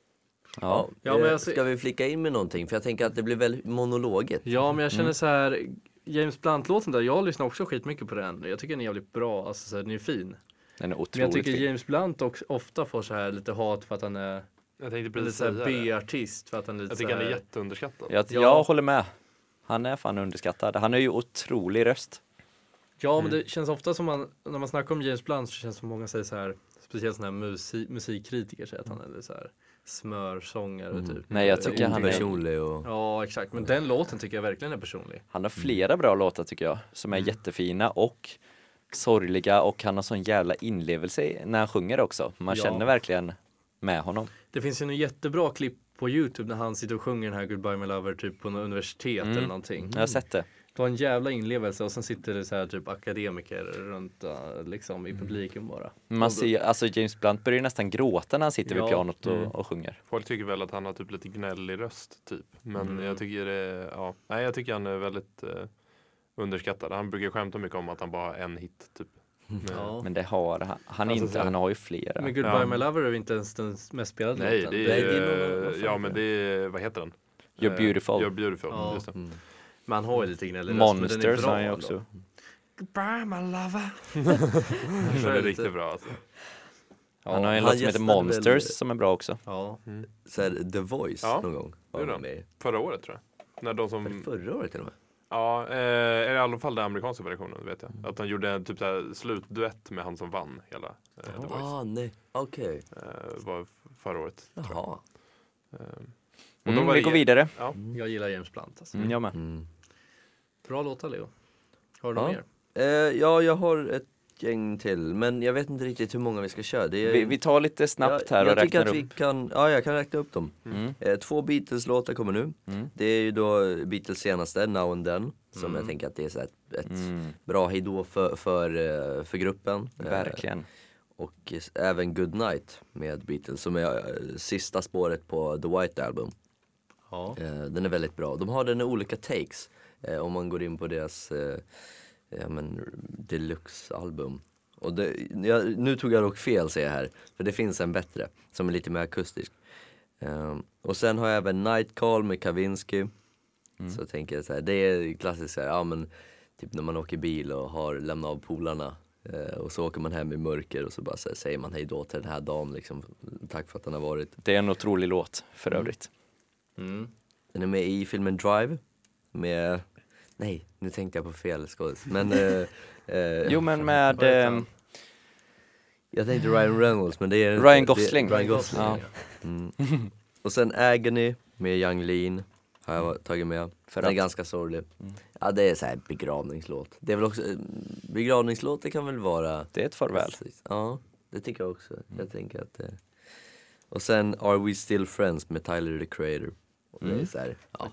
S2: Ja.
S6: Ja, men
S5: eh,
S6: jag ser-
S5: Ska vi flicka in med någonting? För jag tänker att det blir väldigt monologet.
S6: Ja, men jag känner
S2: Mm.
S6: så här, James Blunt-låten där, jag lyssnar också skitmycket på den. Jag tycker den är jävligt bra, alltså så här, den är fin.
S2: Den är
S6: Men jag
S2: otroligt
S6: tycker
S2: fin.
S6: James Blunt också ofta får så här lite hat för att han är
S3: Jag tänkte
S6: lite
S3: precis
S6: så här
S3: säga det.
S6: B-artist. För att han är lite
S3: Jag tycker han är
S6: så här-
S3: jätteunderskattad.
S2: Jag,
S6: Ja.
S2: jag håller med. Han är fan underskattad. Han har ju otrolig röst.
S6: Ja, men det känns ofta som man, när man snackar om James Blunt så känns det som många säger så här, speciellt såna här musik, musikkritiker säger att han är så här smörsångare
S5: Mm.
S6: typ.
S2: Nej, jag tycker
S6: Eh,
S2: han är-
S5: Personlig och...
S6: Ja, exakt. Men den låten tycker jag verkligen är personlig.
S2: Han har flera bra låtar tycker jag. Som är
S6: Mm.
S2: jättefina och sorgliga. Och han har sån jävla inlevelse när han sjunger också. Man
S6: Ja.
S2: känner verkligen med honom.
S6: Det finns ju en jättebra klipp på YouTube när han sitter och sjunger den här Goodbye My Lover typ på något universitet
S2: Mm.
S6: eller någonting.
S2: Jag har sett det.
S6: Det var en jävla inlevelse och sen sitter det så här typ akademiker runt uh, liksom i publiken bara.
S2: Man ser, alltså James Blunt börjar ju nästan gråta när han sitter vid
S6: Ja.
S2: pianot och,
S3: Mm.
S2: och sjunger.
S3: Folk tycker väl att han har typ lite gnällig röst typ. Men
S6: Mm.
S3: jag tycker det, ja, nej jag tycker han är väldigt eh, underskattad. Han brukar skämta mycket om att han bara har en hit typ. Men,
S6: Ja.
S2: Men det har han. Han,
S3: Alltså,
S2: inte,
S3: så-
S2: han har ju flera.
S6: Men Goodbye
S3: Ja.
S6: My Lover är ju inte ens den mest spelade
S3: nej,
S6: låten.
S3: det
S5: Nej,
S3: är,
S5: det är nog- vad fan
S3: ja
S5: heter
S3: men det är, vad heter den?
S2: You're
S3: Eh,
S2: beautiful.
S3: You're beautiful,
S6: Ja.
S3: just det.
S5: Mm.
S6: Men han har ju lite gnällig röst, men den är
S2: Monsters
S6: bra
S2: har han ju
S6: ändå.
S2: också.
S6: Goodbye My Lover.
S3: Den är riktigt bra alltså.
S2: Han har ju en
S5: Han
S2: låt som heter
S5: gästade
S2: Monsters
S5: väl-
S2: som är bra också.
S6: Ja.
S5: Så här, The Voice
S3: Ja,
S5: någon gång. Var
S3: gjorde
S5: han
S3: han.
S5: med i.
S3: Förra året tror jag. När de
S5: Var det
S3: som,
S5: förra året till och med?
S3: ja, eh, i alla fall den amerikanska versionen vet jag. Att han gjorde en typ så här slutduett med han som vann hela eh, The Voice.
S5: Ah, nej. Okej.
S3: Eh, var förra året. Tror jag.
S5: Jaha.
S3: Eh, och då
S2: Mm,
S3: var
S2: vi
S3: det-
S2: går vidare.
S3: Ja.
S6: Jag gillar James Blunt alltså.
S2: Mm, jag med.
S5: Mm.
S6: Bra låtar Leo. Har du något
S5: Ja.
S6: mer?
S5: Eh, ja, jag har ett gäng till. Men jag vet inte riktigt hur många vi ska köra. Det är,
S2: Vi, vi tar lite snabbt här
S5: jag,
S2: och
S5: jag tycker
S2: räknar
S5: att
S2: upp.
S5: vi kan, ja, jag kan räkna upp dem.
S2: Mm.
S5: Eh, två Beatles-låtar kommer nu.
S2: Mm.
S5: Det är ju då Beatles senaste, Now and Then. Som
S6: Mm.
S5: jag tänker att det är så här ett, ett
S2: Mm.
S5: bra hejdå för, för, eh, för gruppen. Eh,
S2: Verkligen.
S5: och s- även Good Night med Beatles som är eh, sista spåret på The White Album.
S6: Ja.
S5: Eh, den är väldigt bra. De har den i olika takes. Eh, om man går in på deras eh, ja, men, deluxe-album. Och det, jag, nu tog jag dock fel ser jag här. För det finns en bättre som är lite mer akustisk. Eh, och sen har jag även Night Call med Kavinsky.
S2: Mm.
S5: Så tänker jag så här, det är klassiskt så här, ja men typ när man åker bil och har lämnat av polarna. Eh, och så åker man hem i mörker och så bara så här, säger man hej då till den här dagen liksom. Tack för att den har varit.
S2: Det är en otrolig låt för övrigt.
S6: Mm.
S5: Den är med i filmen Drive med, nej nu tänkte jag på fel skådis. Men eh, eh,
S2: Jo men med
S6: Vad heter
S2: eh,
S6: han?
S5: jag tänkte Ryan Reynolds men det är
S2: Ryan
S5: det-
S2: Gosling.
S5: Ryan Gosling.
S2: Ja.
S5: Mm. Och sen Agony med Yung Lean har jag tagit med.
S2: För
S5: Den är
S2: att-
S5: ganska sorglig.
S2: Mm.
S5: Ja det är så här begravningslåt. Det är väl också, begravningslåt det kan väl vara.
S2: Det är ett farväl.
S5: Precis. Ja, det tycker jag också.
S2: Mm.
S5: Jag tänker att det... Och sen Are We Still Friends med Tyler the Creator. Och det är
S2: Mm.
S5: så här, ja.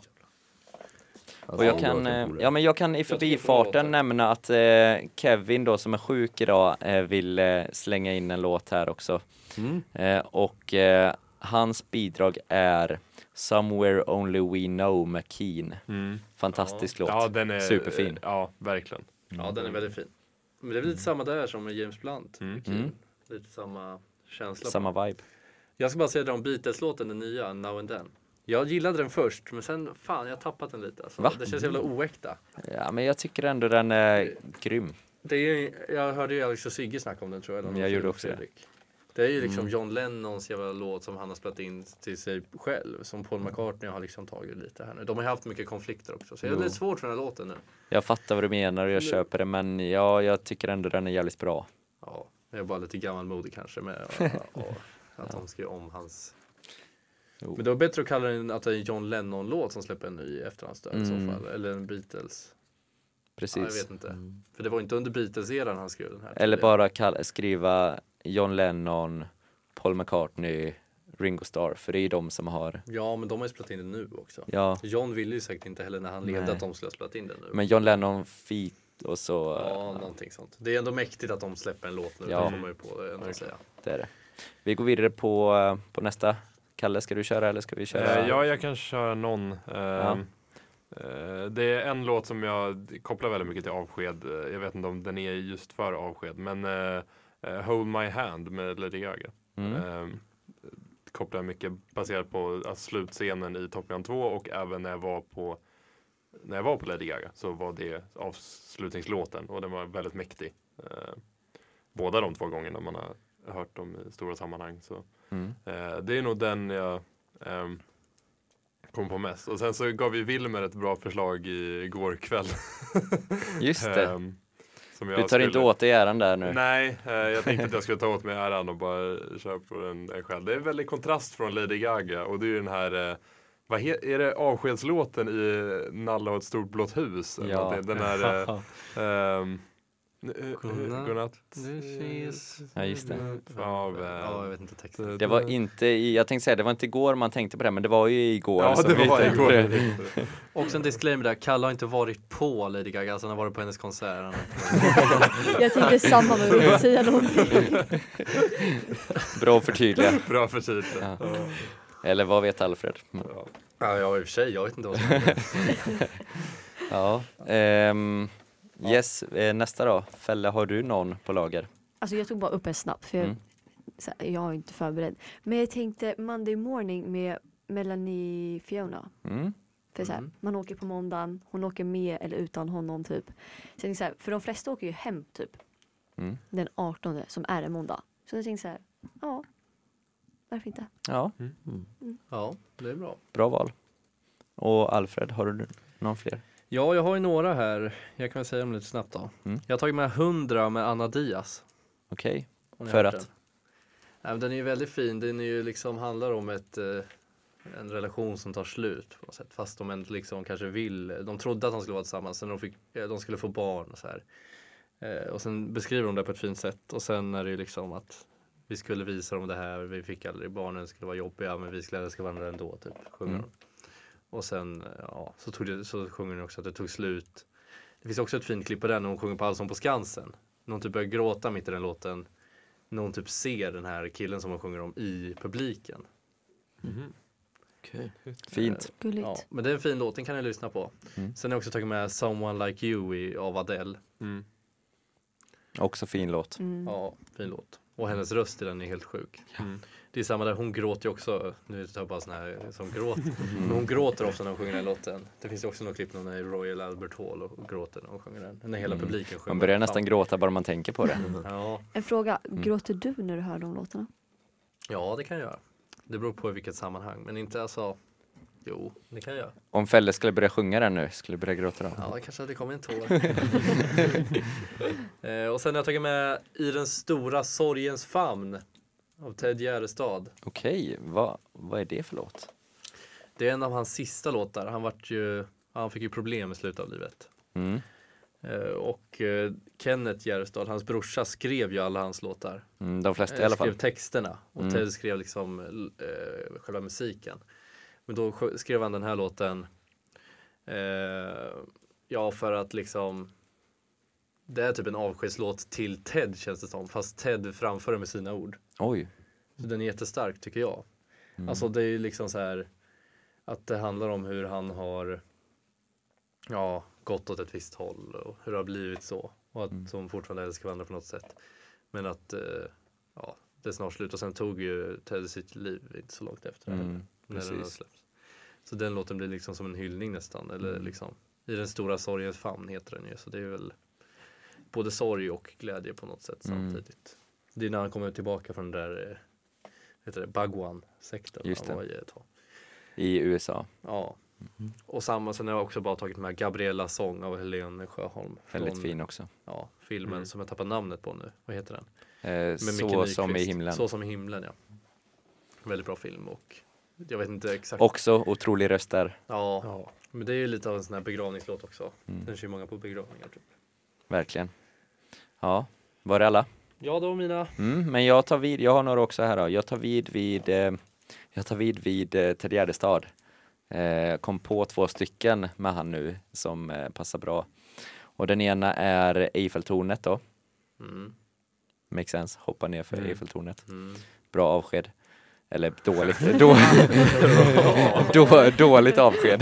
S2: Och jag kan, eh, ja, men jag kan i
S6: Jag tycker bra
S2: förbifarten
S6: låtar.
S2: nämna att eh, Kevin då som är sjuk idag eh, vill eh, slänga in en låt här också.
S5: Mm.
S2: Eh, och eh, hans bidrag är Somewhere Only We Know med Keen.
S3: Mm.
S2: Fantastisk låt.
S3: Ja, den är
S2: Superfin.
S3: Ja, verkligen.
S6: Ja, den är väldigt fin. Men det är väl lite samma där som med James Blunt.
S3: Mm.
S6: Kul.
S2: Mm.
S6: Lite samma känsla.
S2: Samma
S6: på.
S2: vibe.
S6: Jag ska bara säga det om Beatles-låten, den nya, Now and Then. Jag gillade den först, men sen, fan, jag har tappat den lite. Alltså.
S2: Va?
S6: Det känns jävla oäkta.
S2: Ja men jag tycker ändå den är grym.
S6: Det är, jag hörde ju Alex och Sigge snacka om den tror jag. eller
S2: Jag
S6: någon
S2: gjorde
S6: film,
S2: också det.
S6: Fredrik. Det är ju liksom
S2: Mm.
S6: John Lennons jävla låt som han har spelat in till sig själv. Som Paul McCartney har liksom tagit lite här nu. De har ju haft mycket konflikter också. Så det är
S2: Jo.
S6: lite svårt för den här låten nu.
S2: Jag fattar vad du menar och jag köper det men ja, jag tycker ändå den är jävligt bra.
S6: Ja, jag är bara lite gammalmodig kanske med och, och, att de skrev om hans...
S2: Jo.
S6: Men det var bättre att kalla den att det är en John Lennon-låt som släpper en ny efterhandsdöd i
S2: Mm.
S6: så fall. Eller en Beatles.
S2: Precis.
S6: Ja, jag vet inte. För det var inte under Beatles-eran han skrev den här.
S2: Eller
S6: tydligen.
S2: bara kalla, skriva John Lennon, Paul McCartney, Ringo Starr. För det är ju de som har,
S6: Ja, men de har ju spelat in den nu också.
S2: ja.
S6: John ville ju säkert inte heller när han levde
S2: Nej.
S6: att de skulle ha spelat in den nu.
S2: Men John Lennon, feat och så,
S6: Ja, någonting sånt. Det är ändå mäktigt att de släpper en låt nu.
S2: Ja.
S6: Det får man ju på det ändå säga.
S2: det är det. Vi går vidare på, på nästa. Kalle, ska du köra eller ska vi köra?
S3: Eh, ja, jag kan köra någon. Eh,
S2: Ja.
S3: eh, det är en låt som jag kopplar väldigt mycket till avsked. Eh, Jag vet inte om den är just för avsked. Men eh, eh, Hold My Hand med Lady Gaga.
S2: Mm.
S3: Eh, kopplar jag mycket baserat på alltså, slutscenen i Top Gun två och även när jag var på när jag var på Lady Gaga så var det avslutningslåten och den var väldigt mäktig. Eh, båda de två gångerna man har hört dem i stora sammanhang. Så,
S2: Mm.
S3: eh, det är nog den jag eh, kom på mest. Och sen så gav vi Wilmer ett bra förslag igår kväll.
S2: Just det.
S3: eh, som jag
S2: Du tar
S3: skulle...
S2: inte åt dig äran där nu.
S3: Nej, eh, jag tänkte att jag skulle ta åt mig äran och bara köra på den eh, själv. Det är en väldigt kontrast från Lady Gaga och det är ju den här eh, vad he- är det avskedslåten i Nalla och ett stort blått hus? Eller
S2: Ja.
S3: någonting? Den här eh, ehm,
S6: Godnatt.
S3: Godnatt.
S6: Du ses.
S2: Ja, just det.
S3: Ja,
S6: Ja, jag vet inte texten.
S2: Det var inte i, jag tänkte säga, det var inte igår man tänkte på det, men det var ju igår.
S3: Ja,
S2: som
S3: det
S2: vi
S3: var
S2: tänkte
S3: igår.
S2: det.
S6: Också en disclaimer där, Kalle har inte varit på Lady Gaga, alltså han har varit på hennes konsert. Han
S4: Jag tänkte samma, men jag vill inte säga någonting.
S2: Bra att förtydliga.
S3: Bra för tiden.
S2: Ja. Eller vad vet Alfred?
S6: Ja, jag i och för sig, jag vet inte vad som händer.
S2: Ja. Ehm, yes, eh, nästa då. Fälla, har du någon på lager?
S4: Alltså jag tog bara upp en snabb, för jag,
S2: Mm.
S4: så här, jag är inte förberedd. Men jag tänkte Monday Morning med Melanie Fiona.
S2: Mm.
S4: För så här,
S6: Mm.
S4: man åker på måndagen, hon åker med eller utan honom typ. Så jag tänkte så här, för de flesta åker ju hem typ
S2: Mm.
S4: den artonde som är en måndag. Så jag tänkte så här, ja, varför inte?
S2: Ja,
S6: Ja, det är bra.
S2: bra val. Och Alfred, har du någon fler?
S6: Ja, jag har ju några här. Jag kan väl säga dem lite snabbt då.
S2: Mm.
S6: Jag har tagit med hundra med Anna Diaz.
S2: Okej.
S6: Har ni
S2: För
S6: hört
S2: att?
S6: Den? Nej, men den är ju väldigt fin. Den är ju liksom handlar om ett, eh, en relation som tar slut på något sätt. Fast de ändå liksom kanske vill. De trodde att de skulle vara tillsammans. Sen de, fick, eh, de skulle få barn och så här. Eh, och sen beskriver de det på ett fint sätt. Och sen är det ju liksom att vi skulle visa dem det här. Vi fick aldrig, barnen skulle vara jobbiga. Men vi skulle älska varandra ändå, typ. Sjunger
S2: Mm.
S6: de. Och sen, ja, så, tog det, så sjunger hon också att det tog slut. Det finns också ett fint klipp på den när hon sjunger på Allsång på Skansen. När hon typ börjar gråta mitt i den låten. När hon typ ser den här killen som hon sjunger om i publiken.
S3: Mhm.
S5: Okej.
S2: Fint.
S4: Gulligt.
S6: Ja, men det är en fin låt, den kan jag lyssna på.
S2: Mm.
S6: Sen har jag också tagit med Someone Like You i, av Adele.
S3: Mm.
S2: Också fin låt.
S4: Mm.
S6: Ja, fin låt. Och hennes röst i den är helt sjuk.
S3: Mm.
S6: Det är samma där, hon gråter ju också. Nu tar jag bara sån här som gråter. Men hon gråter ofta när hon sjunger den låten. Det finns ju också något klipp när hon är i Royal Albert Hall och, och gråter när hon sjunger den. När hela
S2: Mm.
S6: publiken sjunger.
S2: Man börjar nästan gråta bara man tänker på det.
S6: Ja.
S4: En fråga,
S2: Mm.
S4: gråter du när du hör de låtarna?
S6: Ja, det kan jag göra. Det beror på i vilket sammanhang. Men inte alltså... Jo, det kan jag göra.
S2: Om Fälle skulle börja sjunga den nu, skulle du börja gråta då?
S6: Ja, det kanske hade kommit en tår. eh, och sen har jag tagit med I den stora sorgens famn av Ted Gärdestad.
S2: Okej, vad, vad är det för låt?
S6: Det är en av hans sista låtar. Han vart ju, han fick ju problem i slutet av livet.
S2: Mm.
S6: Eh, och eh, Kenneth Gärdestad, hans brorsa, skrev ju alla hans låtar.
S2: Mm, de flesta i
S6: Eh,
S2: alla fall.
S6: skrev texterna och
S2: Mm.
S6: Ted skrev liksom eh, själva musiken. Men då sj- skrev han den här låten eh, ja, för att liksom det är typ en avskedslåt till Ted, känns det som. Fast Ted framför det med sina ord.
S2: Oj.
S6: Så den är jättestark, tycker jag.
S2: Mm.
S6: Alltså det är ju liksom så här att det handlar om hur han har ja, gått åt ett visst håll och hur det har blivit så. Och att
S2: Mm.
S6: de fortfarande älskar varandra på något sätt. Men att eh, ja, det är snart slut. Och sen tog ju Ted sitt liv inte så långt efter det.
S2: Mm,
S6: När den har
S2: precis.
S6: släppts. Så den låten blir liksom som en hyllning nästan. Eller
S2: Mm.
S6: liksom, I den stora sorgens famn heter den ju. Så det är väl både sorg och glädje på något sätt
S2: Mm.
S6: samtidigt. Det är när han kommer tillbaka från den där eh, heter det, Bhagwan-sekten.
S2: Just
S6: han
S2: det.
S6: var i ett tag.
S2: I U S A.
S6: Ja. Och samma, sen har jag också bara tagit med Gabriella sång av Helene Sjöholm.
S2: Väldigt
S6: från,
S2: fin också.
S6: Ja, filmen
S3: Mm.
S6: som jag tappar namnet på nu. Vad heter den?
S2: Eh,
S6: Med Micke
S2: så som i
S6: Nyqvist.
S2: himlen.
S6: Så som i himlen, ja. Väldigt bra film och jag vet inte exakt.
S2: Också otrolig röst där.
S6: Ja,
S3: Ja.
S6: men det är ju lite av en sån här begravningslåt också.
S2: Mm.
S6: Den kör ju många på begravningar typ.
S2: Verkligen. Ja, var det alla?
S6: Ja, det var mina.
S2: Mm, men jag tar vid, jag har några också här då. Jag tar vid vid, eh, jag tar vid vid eh, Ted Gärdestad. Eh, kom på två stycken med han nu som eh, passar bra. Och den ena är Eiffeltornet då.
S6: Mm.
S2: Makes sense, hoppa ner för
S3: Mm.
S2: Eiffeltornet.
S6: Mm.
S2: Bra avsked. Eller dåligt, då, då, dåligt avsked.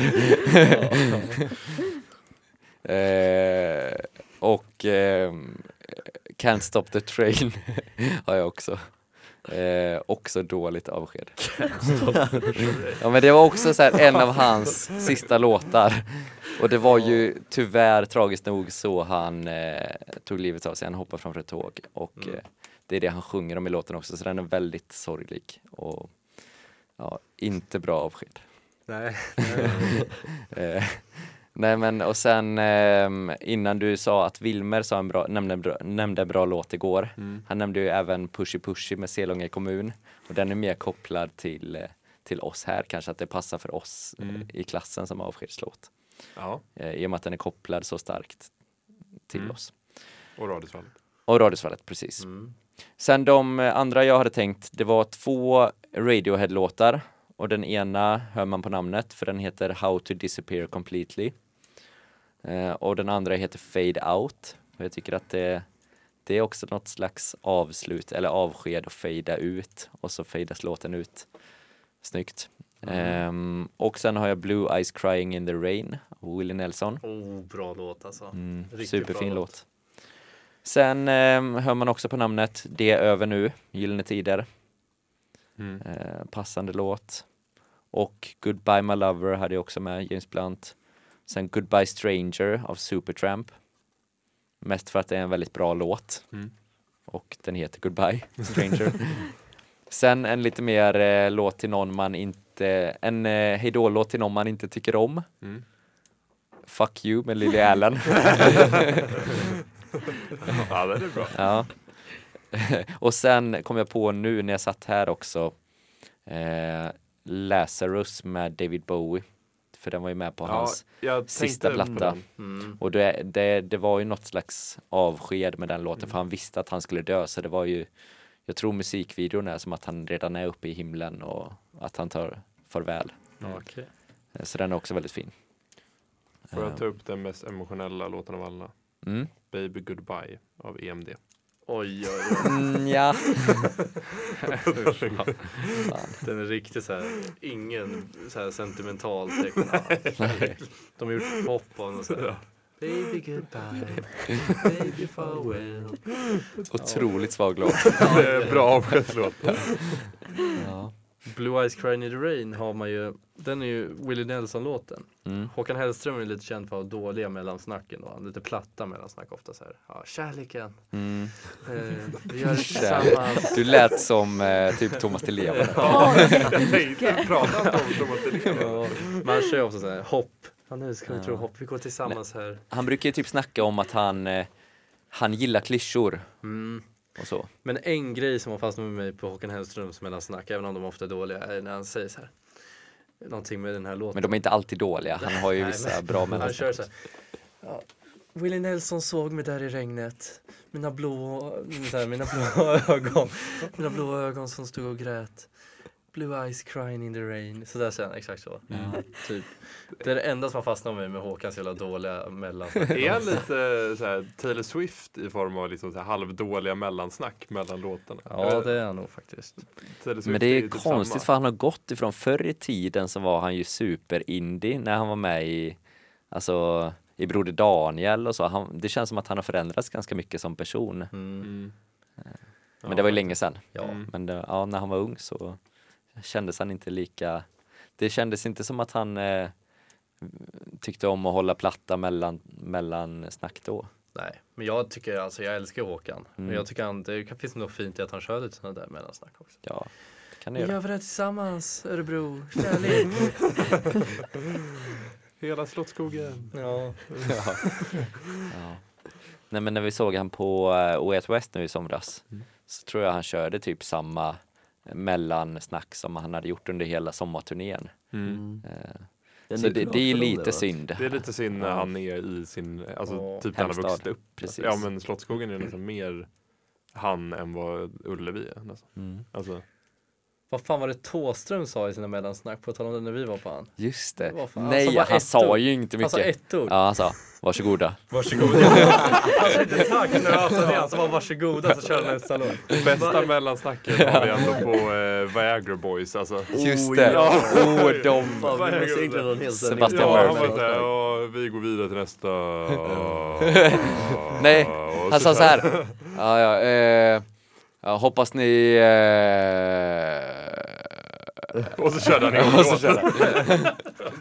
S2: eh, och eh, Can't Stop the Train har jag också. Eh, också dåligt avsked. Ja, men det var också så här en av hans sista låtar. Och det var ju tyvärr tragiskt nog så han eh, tog livet av sig. Han hoppade framför ett tåg. Och
S6: Mm.
S2: eh, det är det han sjunger om i låten också. Så den är väldigt sorglig. Och ja, inte bra avsked.
S6: Nej.
S2: Eh, nej men och sen eh, innan du sa att Wilmer sa en bra, nämnde, en bra, nämnde en bra låt igår.
S3: Mm.
S2: Han nämnde ju även Pushy Pushy med Selånga kommun. Och den är mer kopplad till, eh, till oss här. Kanske att det passar för oss
S3: Mm.
S2: eh, i klassen som avskedslåt.
S3: Ja,
S2: Eh, I och med att den är kopplad så starkt till
S3: Mm.
S2: oss.
S3: och Radisvallet.
S2: Och Radisvallet, precis.
S6: Mm.
S2: Sen de eh, andra jag hade tänkt, det var två Radiohead-låtar. Och den ena hör man på namnet, för den heter How to Disappear Completely. Eh, och den andra heter Fade Out. Och jag tycker att det, det är också något slags avslut, eller avsked och fejda ut. Och så fejdas låten ut. Snyggt. Ehm, och sen har jag Blue Eyes Crying in the Rain av Willie Nelson.
S6: Oh, bra låt alltså.
S2: Mm,
S6: Riktigt
S2: superfin
S6: bra
S2: låt.
S6: låt.
S2: Sen ehm, hör man också på namnet Det är över nu, Gyllene Tider.
S3: Mm.
S2: Eh, passande låt. Och Goodbye My Lover hade jag också med, James Blunt. Sen Goodbye Stranger av Supertramp. Mest för att det är en väldigt bra låt.
S3: Mm.
S2: Och den heter Goodbye Stranger. Sen en lite mer eh, låt till någon man inte... En eh, hejdå-låt till någon man inte tycker om.
S3: Mm.
S2: Fuck You med Lily Allen.
S3: Ja, det är bra.
S2: Ja. Och sen kom jag på nu när jag satt här också eh, Lazarus med David Bowie. För den var ju med på hans
S3: jag
S2: sista
S3: tänkte på
S2: platta.
S3: den.
S6: Mm.
S2: Och det, det, det var ju något slags avsked med den låten.
S3: Mm.
S2: För han visste att han skulle dö. Så det var ju, jag tror musikvideon är som att han redan är uppe i himlen. Och att han tar farväl.
S3: Mm.
S6: Okej.
S2: Eh, Så den är också väldigt fin.
S3: Får jag
S2: Eh,
S3: ta upp den mest emotionella låten av alla?
S2: Mm.
S3: Baby Goodbye av E M D.
S6: Oj, oj, oj.
S2: Mm, ja.
S6: Den är riktigt så här, ingen så här sentimental tecknad. De har gjort pop och något så här. Baby goodbye, baby farewell.
S2: Otroligt svag låt.
S3: Det är bra avskedslåt.
S2: Ja.
S6: Blue Eyes Crying in the Rain har man ju, den är ju Willie Nelson-låten.
S2: Mm.
S6: Håkan Hellström är lite känd för att ha dåliga mellansnacken då. Lite platta mellansnack ofta så här. Ja, kärleken.
S2: Mm.
S6: Eh, vi gör det tillsammans.
S2: Du lät som eh, typ Thomas Di Leva.
S4: Ja,
S3: Jag tänkte prata om Thomas Di Leva.
S6: Ja, man kör ju ofta så här, hopp. Ja, nu ska vi
S2: Ja.
S6: tro hopp. Vi går tillsammans här.
S2: Han brukar ju typ snacka om att han, eh, han gillar klyschor
S6: Mm.
S2: och så.
S6: Men en grej som har fastnat med mig på Håkan Hellströms mellansnack, även om de ofta är dåliga, är när han säger så här. Någonting med den här låten.
S2: Men de är inte alltid dåliga. Han har ju
S6: Nej,
S2: vissa
S6: men-
S2: bra
S6: Han
S2: mellan.
S6: kör så här. Ja, Willie Nelson såg mig där i regnet. Mina blå, så här, mina blå ögon. Mina blå ögon som stod och grät. Blue eyes crying in the rain. Så där säger han, exakt så.
S2: Mm.
S6: Typ. Det är det enda som har fastnat med mig med Håkans jävla dåliga mellansnack.
S3: Är han lite så här, Taylor Swift i form av liksom så här halvdåliga mellansnack mellan låtarna?
S6: Ja, det är han nog faktiskt.
S3: Taylor Swift
S2: Men det är
S3: ju
S2: ju
S3: typ
S2: konstigt
S3: samma.
S2: för han har gått ifrån förr i tiden så var han ju super-indie när han var med i, alltså, i Broder Daniel och så. Han, det känns som att han har förändrats ganska mycket som person.
S6: Mm.
S3: Mm.
S2: Men det var ju länge sedan.
S6: Ja.
S3: Mm.
S2: Men det, ja, när han var ung så kändes han inte lika... Det kändes inte som att han eh, tyckte om att hålla platta mellan, mellan snack då.
S6: Nej, men jag tycker alltså, jag älskar Håkan.
S2: Mm.
S6: Men jag tycker han, det kan- finns nog fint i att han kör lite sådana där mellansnack också.
S2: Ja, det kan det
S6: Vi
S2: göra.
S6: gör vi det tillsammans, Örebro, kärlek.
S3: Hela Slottsskogen.
S6: Ja.
S2: Ja. Ja. Nej, men när vi såg han på uh, Way Out West nu i somras
S3: Mm.
S2: så tror jag han körde typ samma mellansnack som han hade gjort under hela sommarturnén.
S3: Mm.
S2: Eh,
S5: Den
S2: så det,
S5: pratar
S2: det är
S5: om
S2: lite
S5: va?
S2: synd.
S3: Det är lite synd när
S2: Ja.
S3: han är i sin, alltså
S6: Ja.
S3: typ när han har
S2: Hemstad.
S3: vuxit upp.
S2: Precis.
S3: Ja, men Slottsskogen är nästan mer han än vad Ullevi är nästan.
S2: Mm.
S3: Alltså,
S6: Vad fan var det Tåström sa i sina mellansnack på tal om det när vi var på han?
S2: Just det.
S6: Vad fan,
S2: Nej,
S6: alltså, bara
S2: han
S6: ett
S2: sa
S6: ord.
S2: ju inte
S6: Han
S2: mycket.
S6: sa ett ord.
S2: Ja, han sa varsågoda.
S6: Varsågod. Alltså inte tack nu alltså det han som var varsågoda så kör han nästa låt.
S3: bästa mellansnacket har vi ändå på eh, Viagra Boys. Alltså.
S2: Just
S5: Oh,
S2: det.
S3: ja.
S2: Oh, de.
S5: Fan, vi måste egentligen ha en hel sändning.
S2: Sebastian
S3: Ja, han
S2: Murphy.
S3: var såhär, ja, vi går vidare till nästa.
S2: Nej,
S3: Och
S2: han sa så här. Ja, ja, eh, Jag hoppas ni... Eh...
S3: Och så körde han igång
S2: Och så körde
S3: låten.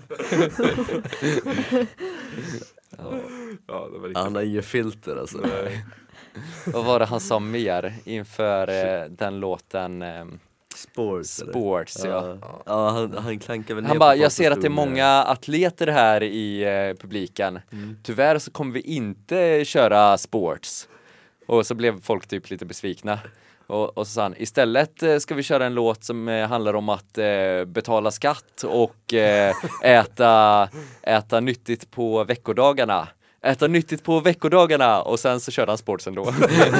S3: Ja, det var riktigt.
S5: Han har inget filter alltså.
S3: Nej.
S2: Vad var det han sa mer inför eh, den låten eh,
S5: Sports. eller?
S2: Sports? Ja.
S5: Ja, ja han, han klankar väl ner
S2: Han
S5: på
S2: bara,
S5: folk
S2: jag
S5: som
S2: ser att det är
S5: stod med-
S2: många atleter här i eh, publiken.
S3: Mm.
S2: Tyvärr så kommer vi inte köra sports. Och så blev folk typ lite besvikna. Och, och så sa han, istället eh, ska vi köra en låt som eh, handlar om att eh, betala skatt och eh, äta, äta nyttigt på veckodagarna. Äta nyttigt på veckodagarna och sen så körde han sportsen då.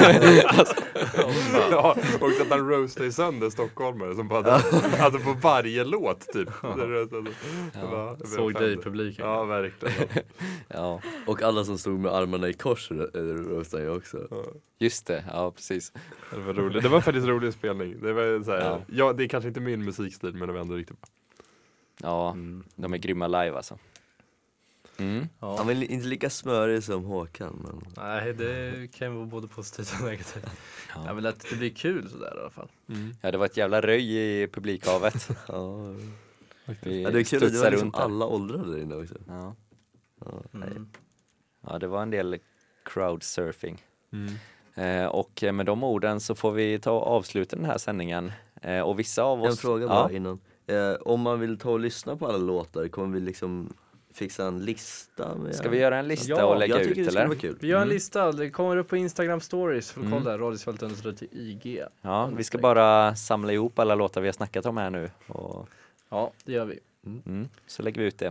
S3: Ja, och att han roastade sönder stockholmare som bara hade, hade på varje låt typ. Det, det, det, det var, det
S6: Såg
S3: var
S6: dig i
S3: fan-
S6: publiken.
S3: Ja, verkligen.
S2: Ja,
S5: Och alla som stod med armarna i kors roastade jag också.
S2: just det. Ja, precis.
S3: Det var roligt. Det var faktiskt en rolig spelning. Det var så här,
S2: Ja.
S3: ja. Det är kanske inte min musikstil, men det var ändå riktigt bra.
S2: Ja,
S3: Mm.
S2: de är grymma live alltså. Mm.
S6: Ja.
S5: Han är inte lika smörig som Håkan, men...
S6: Nej, det kan ju vara både positivt och negativt. Jag vill att det blir kul sådär i alla fall.
S2: Ja, det var ett jävla röj i publikhavet.
S5: Ja,
S2: Vi
S5: ja det är kul, det var
S2: studsade
S5: liksom
S2: runt där.
S5: alla åldrar där inne också.
S2: Ja.
S5: Ja, nej.
S6: Mm.
S2: Ja, det var en del crowdsurfing.
S3: Mm.
S2: Eh, och med de orden så får vi ta och avsluta den här sändningen. Eh, och vissa av oss...
S5: En fråga bara
S2: ja.
S5: innan. Eh, om man vill ta och lyssna på alla låtar, kommer vi liksom fixa en lista? Med...
S2: Ska vi göra en lista
S6: Ja,
S2: och lägga
S5: Jag
S2: ut
S5: tycker det skulle
S2: eller?
S5: vara kul.
S6: Vi gör en
S2: Mm.
S6: lista, det kommer upp på Instagram stories. För
S2: Mm.
S6: kolla, Radiosvälten till I G.
S2: Ja, vi ska bara samla ihop alla låtar vi har snackat om här nu. Och,
S6: Ja, det gör vi.
S2: mm, så lägger vi ut det.